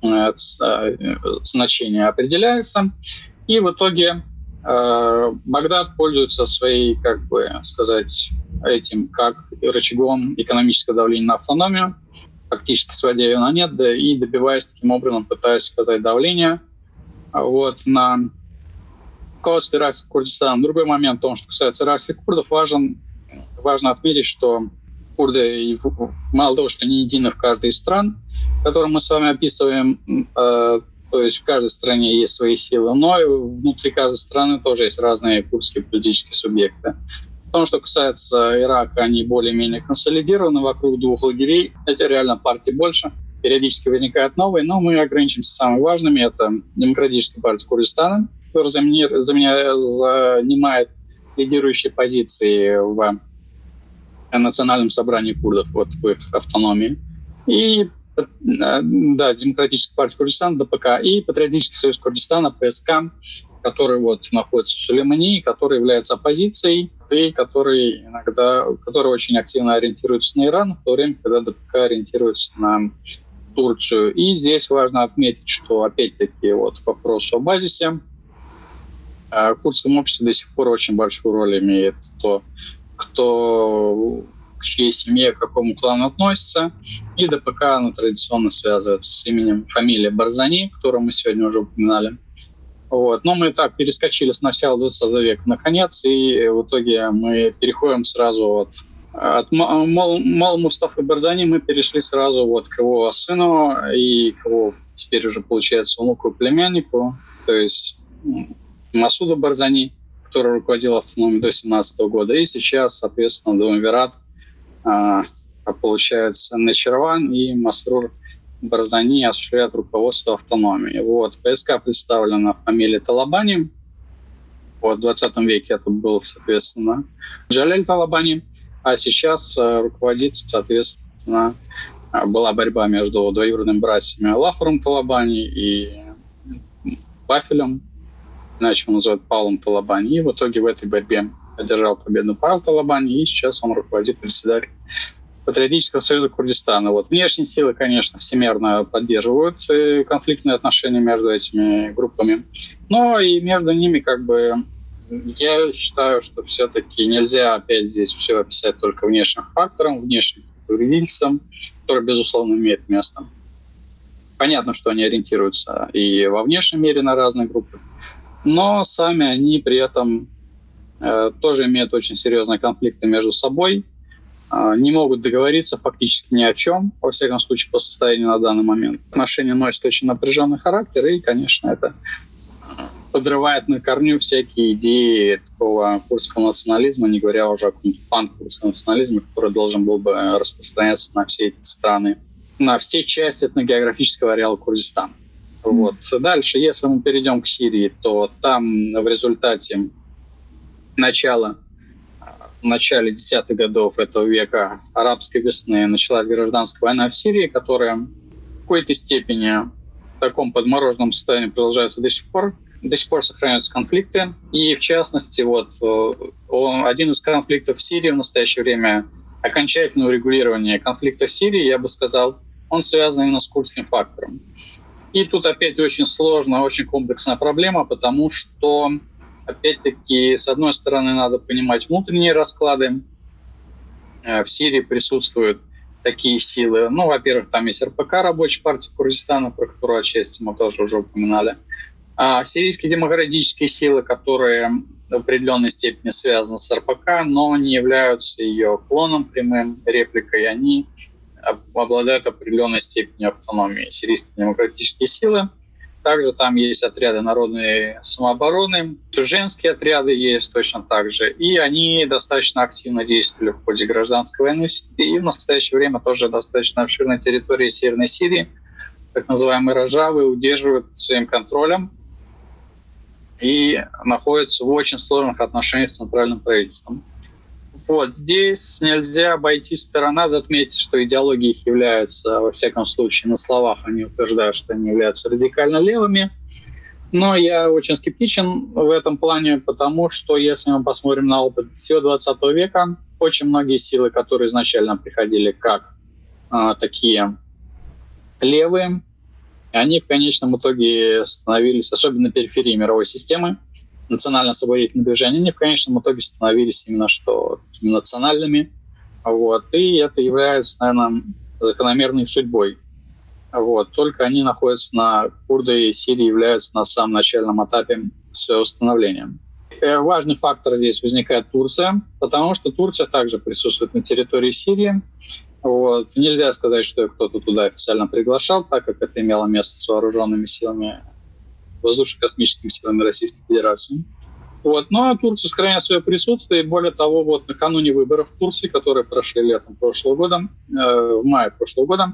значение определяется. И в итоге э, Багдад пользуется своей, как бы сказать, этим как рычагом экономического давления на автономию, фактически сводя ее на нет, да, и добиваясь таким образом, пытаясь сказать, давление вот, на руководство иракского Курдистана. Другой момент в том, что касается иракских курдов, важен, важно отметить, что курды, мало того, что они едины в каждой из стран, которые мы с вами описываем, э, то есть в каждой стране есть свои силы, но и внутри каждой страны тоже есть разные курдские политические субъекты. В том, что касается Ирака, они более-менее консолидированы вокруг двух лагерей, хотя реально партий больше, периодически возникают новые, но мы ограничимся самыми важными. Это Демократическая партия Курдистана, которая занимает лидирующие позиции в национальном собрании курдов, вот в их автономии. И да, Демократическая партия Курдистана, ДПК, и Патриотический союз Курдистана, ПСК, который вот находится в Сулеймании, который является оппозицией, и который иногда, который очень активно ориентируется на Иран, в то время, когда ДПК ориентируется на Турцию. И здесь важно отметить, что опять-таки вот вопрос о базисе. В курдском обществе до сих пор очень большую роль имеет то, кто к чьей семье, к какому клану относится. И ДПК она традиционно связывается с именем, фамилией Барзани, которую мы сегодня уже упоминали. Вот. Но мы так перескочили с начала двадцатого века на конец, и в итоге мы переходим сразу от, от Мол Мустафы Барзани, мы перешли сразу вот к его сыну и к его теперь уже, получается, внуку и племяннику, то есть Масуду Барзани, который руководил автономией до семнадцатого года, и сейчас, соответственно, Думавират, а, получается, Нечерван и Масрур Барзани осуществляют руководство автономией. Вот. ПСК представлена фамилией Талабани. Вот, в двадцатом веке это был, соответственно, Джалель Талабани, а сейчас а, руководит, соответственно, была борьба между двоюродными братьями Лахуром Талабани и Пафелем, иначе его называют Павлом Талабани. И в итоге в этой борьбе одержал победу Павел Талабани, и сейчас он руководит председателем Патриотического союза Курдистана. Вот. Внешние силы, конечно, всемерно поддерживают конфликтные отношения между этими группами, но и между ними, как бы, я считаю, что все-таки нельзя опять здесь все описать только внешним фактором, внешним вредительством, которое, безусловно, имеет место. Понятно, что они ориентируются и во внешнем мире на разные группы, но сами они при этом э, тоже имеют очень серьезные конфликты между собой, э, не могут договориться фактически ни о чем, во всяком случае, по состоянию на данный момент. Отношения носят очень напряженный характер, и, конечно, это подрывает на корню всякие идеи такого курдского национализма, не говоря уже о каком-то пан-курдском национализме, который должен был бы распространяться на все эти страны, на все части этногеографического ареала Курдистана. Mm. Вот. Дальше, если мы перейдем к Сирии, то там в результате начала, в начале десятых годов этого века арабской весны началась гражданская война в Сирии, которая в какой-то степени в таком подмороженном состоянии продолжается до сих пор. До сих пор сохраняются конфликты. И, в частности, вот, один из конфликтов в Сирии в настоящее время, окончательное урегулирование конфликта в Сирии, я бы сказал, он связан именно с курдским фактором. И тут опять очень сложная, очень комплексная проблема, потому что, опять-таки, с одной стороны, надо понимать внутренние расклады. В Сирии присутствуют такие силы. Ну, во-первых, там есть эр пэ ка, Рабочая партия Курдистана, про которую отчасти мы тоже уже упоминали. А сирийские демократические силы, которые в определенной степени связаны с эр пэ ка, но не являются ее клоном, прямым, репликой, они обладают определенной степенью автономии. Сирийские демократические силы. Также там есть отряды народной самообороны, женские отряды есть точно так же. И они достаточно активно действовали в ходе гражданской войны в Сирии. И в настоящее время тоже достаточно обширной территории Северной Сирии, так называемые Раджавы, удерживают своим контролем и находятся в очень сложных отношениях с центральным правительством. Вот здесь нельзя обойти сторону, надо отметить, что идеологии их являются, во всяком случае, на словах они утверждают, что они являются радикально левыми. Но я очень скептичен в этом плане, потому что, если мы посмотрим на опыт всего двадцатого века, очень многие силы, которые изначально приходили как а, такие левые, они в конечном итоге становились, особенно на периферии мировой системы, национально-освободительные движения, они в конечном итоге становились именно что такими национальными. Вот. И это является, наверное, закономерной судьбой. Вот. Только они находятся на... Курды и Сирии являются на самом начальном этапе своего становления. И важный фактор здесь возникает Турция, потому что Турция также присутствует на территории Сирии. Вот. Нельзя сказать, что кто-то туда официально приглашал, так как это имело место с вооруженными силами, воздушно-космическими силами Российской Федерации. Вот. Но Турция сохраняет свое присутствие. И более того, вот накануне выборов в Турции, которые прошли летом прошлого года, э, в мае прошлого года,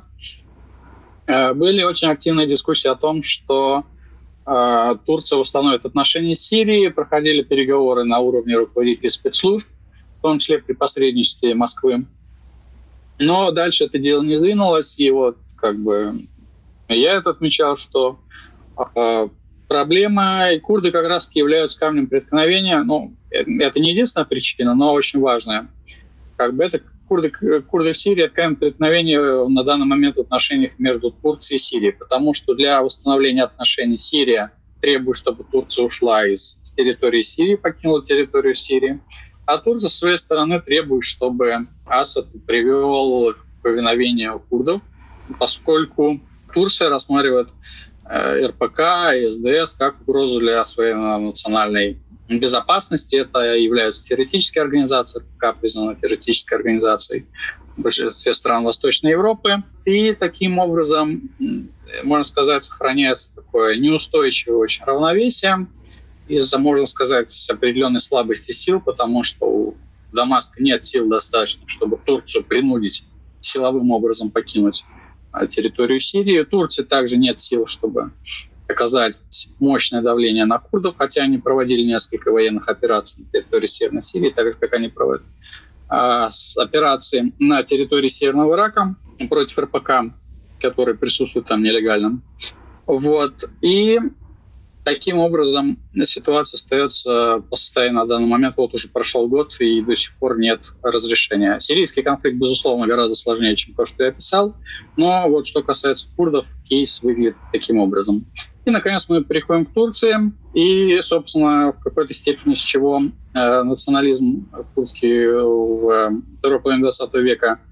э, были очень активные дискуссии о том, что э, Турция восстановит отношения с Сирией. Проходили переговоры на уровне руководителей спецслужб, в том числе при посредничестве Москвы. Но дальше это дело не сдвинулось. И вот как бы я это отмечал, что э, проблема, и курды как раз-таки являются камнем преткновения. Ну, это не единственная причина, но очень важная. Как бы это курды, курды в Сирии — это камень преткновения на данный момент в отношениях между Турцией и Сирией, потому что для восстановления отношений Сирия требует, чтобы Турция ушла из территории Сирии, покинула территорию Сирии, а Турция, с своей стороны, требует, чтобы Асад привел к повиновению курдов, поскольку Турция рассматривает эр пэ ка и эс дэ эс как угрозу для своей национальной безопасности. Это являются террористические организации, эр пэ ка признана террористической организацией в большинстве стран Восточной Европы. И таким образом, можно сказать, сохраняется такое неустойчивое очень равновесие из-за, можно сказать, определенной слабости сил, потому что у Дамаска нет сил достаточно, чтобы Турцию принудить силовым образом покинуть территорию Сирии. У Турции также нет сил, чтобы оказать мощное давление на курдов, хотя они проводили несколько военных операций на территории Северной Сирии, так же, как они проводят а, операции на территории Северного Ирака против эр пэ ка, которые присутствуют там нелегально. Вот. И таким образом ситуация остается по состоянию на данный момент. Вот уже прошел год, и до сих пор нет разрешения. Сирийский конфликт, безусловно, гораздо сложнее, чем то, что я описал. Но вот что касается курдов, кейс выглядит таким образом. И, наконец, мы переходим к Турции. И, собственно, в какой-то степени с чего э, национализм курдский в второй половине двадцатого века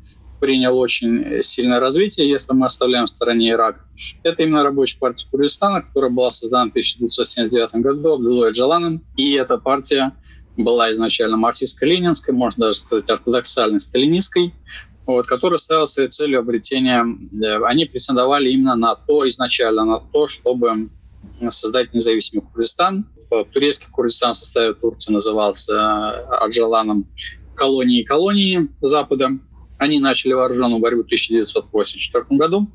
принял очень сильное развитие, если мы оставляем в стороне Ирак. Это именно Рабочая партия Курдистана, которая была создана в тысяча девятьсот семьдесят девятом году Абдуллой Öcalan'ом. И эта партия была изначально марксистско-ленинской, можно даже сказать, ортодоксальной сталинистской, вот, которая ставила своей целью обретения. Они претендовали именно на то, изначально на то, чтобы создать независимый Курдистан. Турецкий Курдистан в составе Турции назывался Öcalan'ом колонии колонии Запада. Они начали вооруженную борьбу в тысяча девятьсот восемьдесят четвёртом году.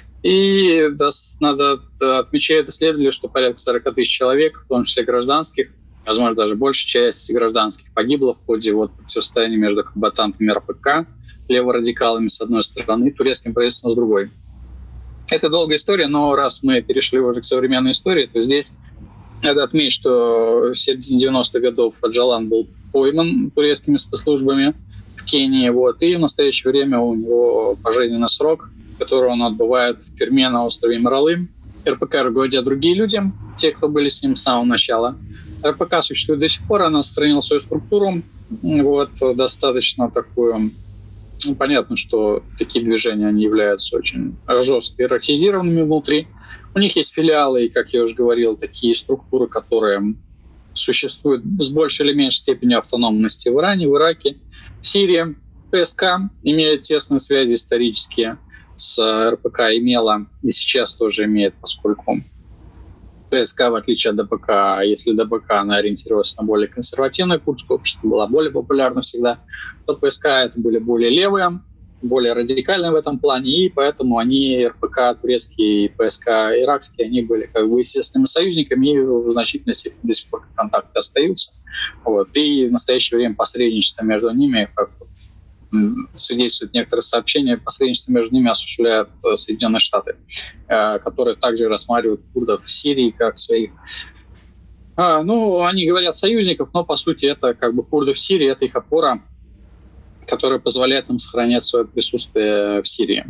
И да, надо отмечать, исследовали, что порядка сорок тысяч человек, в том числе гражданских, возможно, даже большая часть гражданских погибла в ходе вот, противостояния между комбатантами РПК, леворадикалами с одной стороны, и турецким правительством с другой. Это долгая история, но раз мы перешли уже к современной истории, то здесь надо отметить, что в середине девяностых годов Öcalan был пойман турецкими спецслужбами в Кении, вот, и в настоящее время у него пожизненный срок, который он отбывает в тюрьме на острове Маралым. РПК руководят другие люди, те, кто были с ним с самого начала. РПК существует до сих пор, она сохранила свою структуру, вот, достаточно такую. Ну, понятно, что такие движения они являются очень жестко иерархизированными внутри. У них есть филиалы, и, как я уже говорил, такие структуры, которые существуют с большей или меньшей степенью автономности в Иране, в Ираке, в Сирии. ПСК имеет тесные связи исторические с РПК, имела и сейчас тоже имеет, поскольку ПСК, в отличие от ДПК, если ДПК она ориентировалась на более консервативное курдское общество, была более популярна всегда, то ПСК это были более левые, более радикальные в этом плане, и поэтому они, РПК турецкие и ПСК иракские, они были как бы естественными союзниками, и в значительной степени до сих пор контакты остаются. Вот. И в настоящее время посредничество между ними, как вот свидетельствуют некоторые сообщения, посредничество между ними осуществляют Соединенные Штаты, которые также рассматривают курдов в Сирии как своих. А, ну, они говорят союзников, но по сути это как бы курды в Сирии, это их опора, которая позволяет им сохранять свое присутствие в Сирии,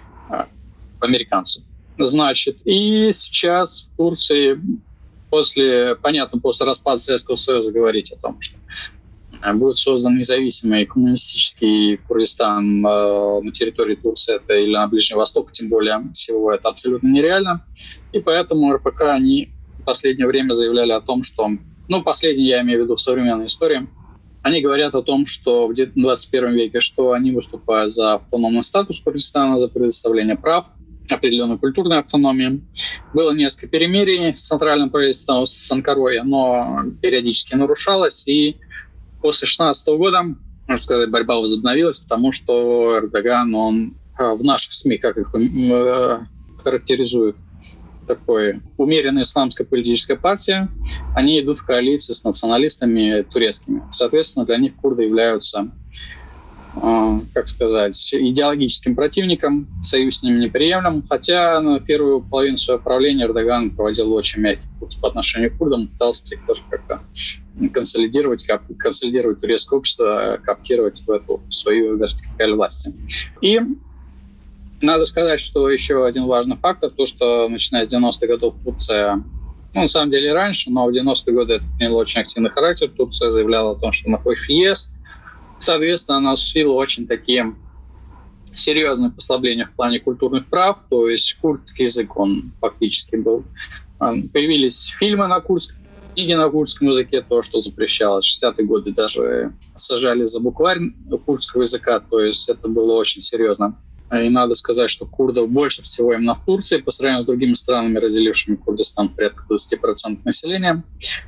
американцы. Значит, и сейчас в Турции после, понятно, после распада Советского Союза говорить о том, что будет создан независимый коммунистический Курдистан на территории Турции это или на Ближнем Востоке, тем более всего это абсолютно нереально. И поэтому РПК они в последнее время заявляли о том, что, ну, последнее я имею в виду в современной истории, они говорят о том, что в двадцать первом веке, что они выступают за автономный статус Курдистана, за предоставление прав, определенной культурной автономии. Было несколько перемирий с центральным правительством, с Анкарой, но периодически нарушалось, и после две тысячи шестнадцатого года, можно сказать, борьба возобновилась, потому что Эрдоган, он в наших СМИ, как их э, характеризуют, такой умеренная исламская политическая партия, они идут в коалицию с националистами турецкими. Соответственно, для них курды являются, э, как сказать, идеологическим противником, союз с ними неприемлем. Хотя на первую половину своего правления Эрдоган проводил очень мягкий курс по отношению к курдам, пытался их тоже как-то консолидировать, консолидировать турецкое общество, кооптировать в эту свою вертикаль власти. И надо сказать, что еще один важный фактор, то, что начиная с девяностых годов Турция, ну, на самом деле раньше, но в девяностые годы это приняло очень активный характер. Турция заявляла о том, что она хочет в ЕС. Соответственно, она осуществила очень такие серьезные послабления в плане культурных прав, то есть курдский язык, он фактически был. Появились фильмы на курдском, книги на курдском языке, то, что запрещалось. В шестидесятые годы даже сажали за букварь курдского языка, то есть это было очень серьезно. И надо сказать, что курдов больше всего именно в Турции, по сравнению с другими странами, разделившими Курдистан, порядка двадцать процентов населения.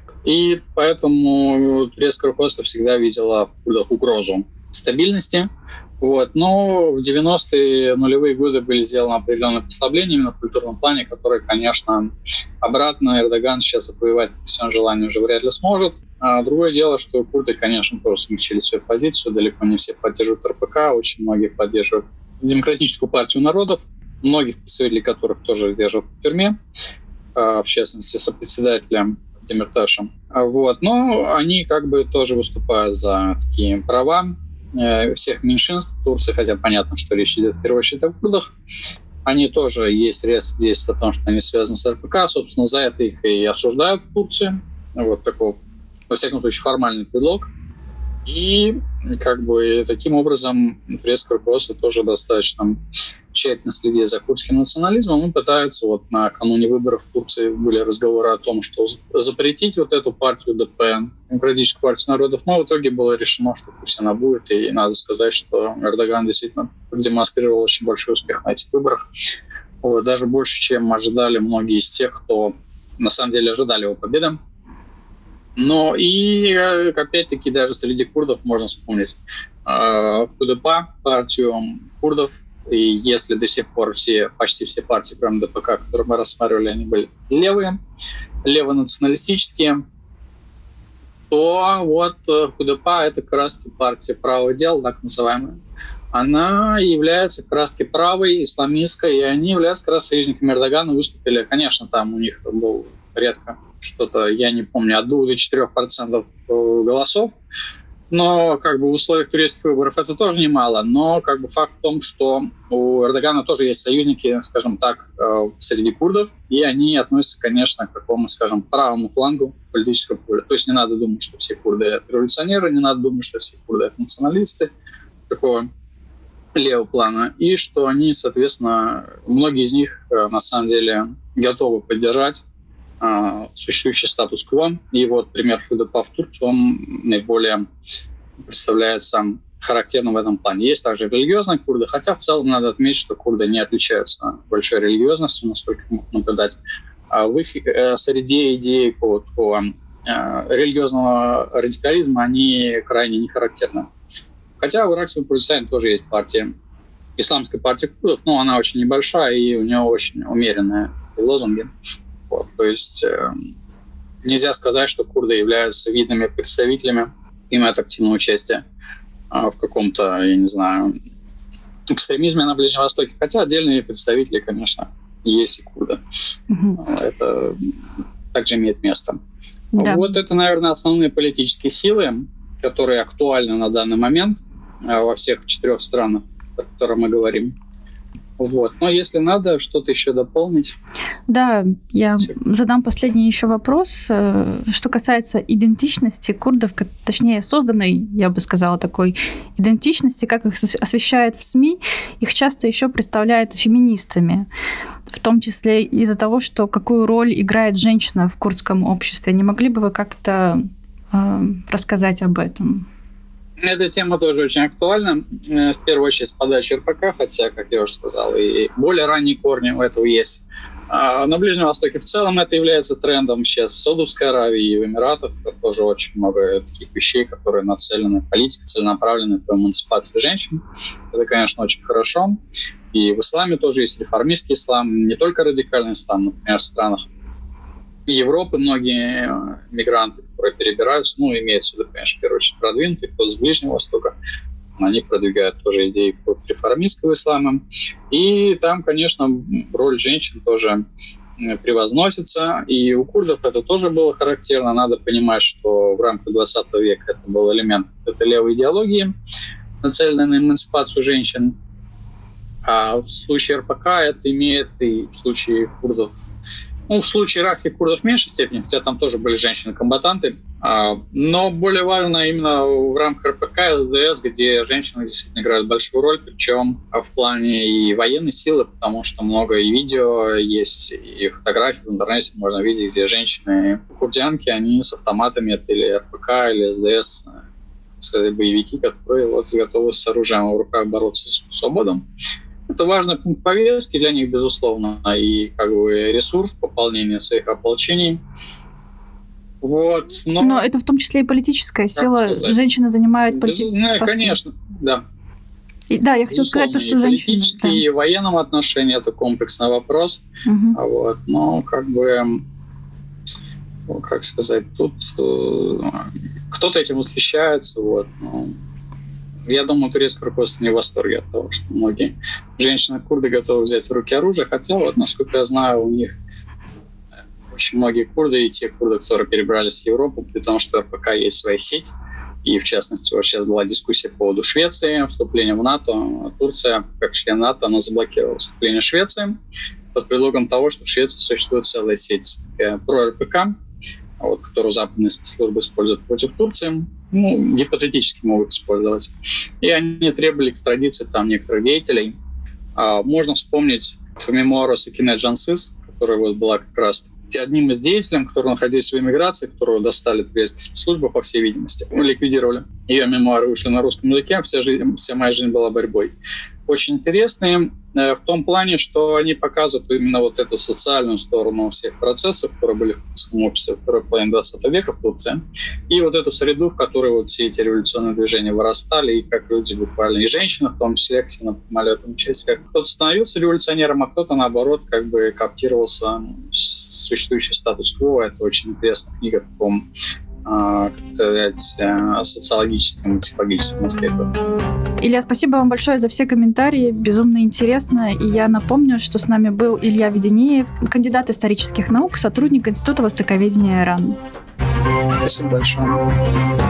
И поэтому турецкое руководство всегда видело в курдах угрозу стабильности. Вот. Но в девяностые нулевые годы были сделаны определенные послабления именно в культурном плане, которые, конечно, обратно Эрдоган сейчас отвоевать по всем желанию уже вряд ли сможет. А другое дело, что курды, конечно, тоже смягчили свою позицию. Далеко не все поддерживают РПК, очень многие поддерживают Демократическую партию народов, многих представителей которых тоже держат в тюрьме, в частности, сопредседателя Демирташем. Вот. Но они как бы тоже выступают за такие права всех меньшинств в Турции, хотя понятно, что речь идет в первую очередь о курдах. Они тоже есть рез здесь о том, что они связаны с РПК. Собственно, за это их и осуждают в Турции. Вот такой, во всяком случае, формальный предлог. И как бы таким образом турецкое руководство тоже достаточно тщательно следит за курдским национализмом и пытается, вот накануне выборов в Турции были разговоры о том, что запретить вот эту партию дэ пэ эн, Демократическую партию народов, но в итоге было решено, что пусть она будет, и надо сказать, что Эрдоган действительно продемонстрировал очень большой успех на этих выборах. Вот, даже больше, чем ожидали многие из тех, кто на самом деле ожидали его победы. Но и, опять-таки, даже среди курдов можно вспомнить ХУДП, партию курдов. И если до сих пор все, почти все партии, кроме дэ пэ ка, которые мы рассматривали, они были левые, левонационалистические, то вот ХУДП — это как раз партия правого дела, так называемая. Она является как раз правой, исламистской, и они являются как раз союзниками Эрдогана, выступили. Конечно, там у них был редко что-то, я не помню, от двух до четырёх процентов голосов. Но как бы в условиях турецких выборов это тоже немало. Но как бы факт в том, что у Эрдогана тоже есть союзники, скажем так, среди курдов, и они относятся, конечно, к такому, скажем, правому флангу политического поля. То есть не надо думать, что все курды — это революционеры, не надо думать, что все курды — это националисты такого левого плана, и что они, соответственно, многие из них на самом деле готовы поддержать существующий статус-кво. И вот пример ХУДП в Турции, он наиболее представляется характерным в этом плане. Есть также религиозные курды, хотя в целом надо отметить, что курды не отличаются большой религиозностью, насколько можно наблюдать. А в их среде идеи по, по религиозного радикализма они крайне не характерны. Хотя в иракском Курдистане тоже есть партия, исламская партия курдов, но она очень небольшая и у нее очень умеренные лозунги. Вот, то есть э, нельзя сказать, что курды являются видными представителями, имеют активное участие э, в каком-то, я не знаю, экстремизме на Ближнем Востоке. Хотя отдельные представители, конечно, есть и курды. Угу. Это также имеет место. Да. Вот это, наверное, основные политические силы, которые актуальны на данный момент э, во всех четырех странах, о которых мы говорим. Вот. Но если надо что-то еще дополнить. Да, я Все. задам последний еще вопрос. Что касается идентичности курдов, точнее созданной, я бы сказала, такой идентичности, как их освещают в СМИ, их часто еще представляют феминистами, в том числе из-за того, что какую роль играет женщина в курдском обществе. Не могли бы вы как-то э, рассказать об этом? Эта тема тоже очень актуальна, в первую очередь с подачи эр пэ ка, хотя, как я уже сказал, и более ранние корни у этого есть. На Ближнем Востоке в целом это является трендом сейчас в Саудовской Аравии и в Эмиратах. Тоже очень много таких вещей, которые нацелены, политика целенаправленная по эмансипации женщин. Это, конечно, очень хорошо. И в исламе тоже есть реформистский ислам, не только радикальный ислам, например, в странах Европы многие мигранты, которые перебираются, ну, имеется в виду, конечно, в первую очередь продвинутые, кто с Ближнего Востока, они продвигают тоже идеи под реформистского ислама. И там, конечно, роль женщин тоже превозносится. И у курдов это тоже было характерно. Надо понимать, что в рамках двадцатого века это был элемент этой левой идеологии, нацеленной на эмансипацию женщин. А в случае эр пэ ка это имеет и в случае курдов. Ну, в случае иракских курдов в меньшей степени, хотя там тоже были женщины-комбатанты. Но более важно именно в рамках эр пэ ка, эс дэ эс, где женщины действительно играют большую роль, причем в плане и военной силы, потому что много и видео есть, и фотографии в интернете можно видеть, где женщины-курдянки, они с автоматами, это или эр пэ ка, или эс дэ эс, сказать, боевики, которые вот готовы с оружием в руках бороться с свободом. Это важный пункт повестки для них, безусловно, и как бы ресурс пополнения своих ополчений. Вот. Но, Но это в том числе и политическая сила. Женщины занимают политическую... Ну, конечно, да. И, да, я хотела сказать то, что и женщины... политически, да. и в военном отношении это комплексный вопрос. Угу. Вот. Но как бы, ну, как сказать, тут э, кто-то этим восхищается, вот, но... Я думаю, турецкое руководство не в восторге от того, что многие женщины-курды готовы взять в руки оружие, хотя, вот, насколько я знаю, у них очень многие курды и те курды, которые перебрались в Европу, при том, что эр пэ ка есть своя сеть, и, в частности, вот сейчас была дискуссия по поводу Швеции, вступления в НАТО. Турция, как член НАТО, она заблокировала вступление Швеции под предлогом того, что в Швеции существует целая сеть про эр пэ ка, вот, которую западные спецслужбы используют против Турции. ну, гипотетически могут использовать. И они требовали экстрадиции там некоторых деятелей. А, можно вспомнить мемуары Сакине Джансис, которая вот была как раз одним из деятелей, которые находились в эмиграции, которую достали турецкие спецслужбы, по всей видимости, ликвидировали. Ее мемуары вышли на русском языке, вся, жизнь, вся моя жизнь была борьбой. Очень интересные э, в том плане, что они показывают именно вот эту социальную сторону всех процессов, которые были в турецком обществе во второй половине двадцатого века в Турции, и вот эту среду, в которой вот все эти революционные движения вырастали, и как люди буквально, и женщины в том числе, активно принимали в этом участие. Как кто-то становился революционером, а кто-то, наоборот, как бы коптировался существующий статус-кво. Это очень интересная книга в таком, как сказать, социологическом и психологическом аспекте. Илья, спасибо вам большое за все комментарии, безумно интересно. И я напомню, что с нами был Илья Веденеев, кандидат исторических наук, сотрудник Института востоковедения РАН. Спасибо большое.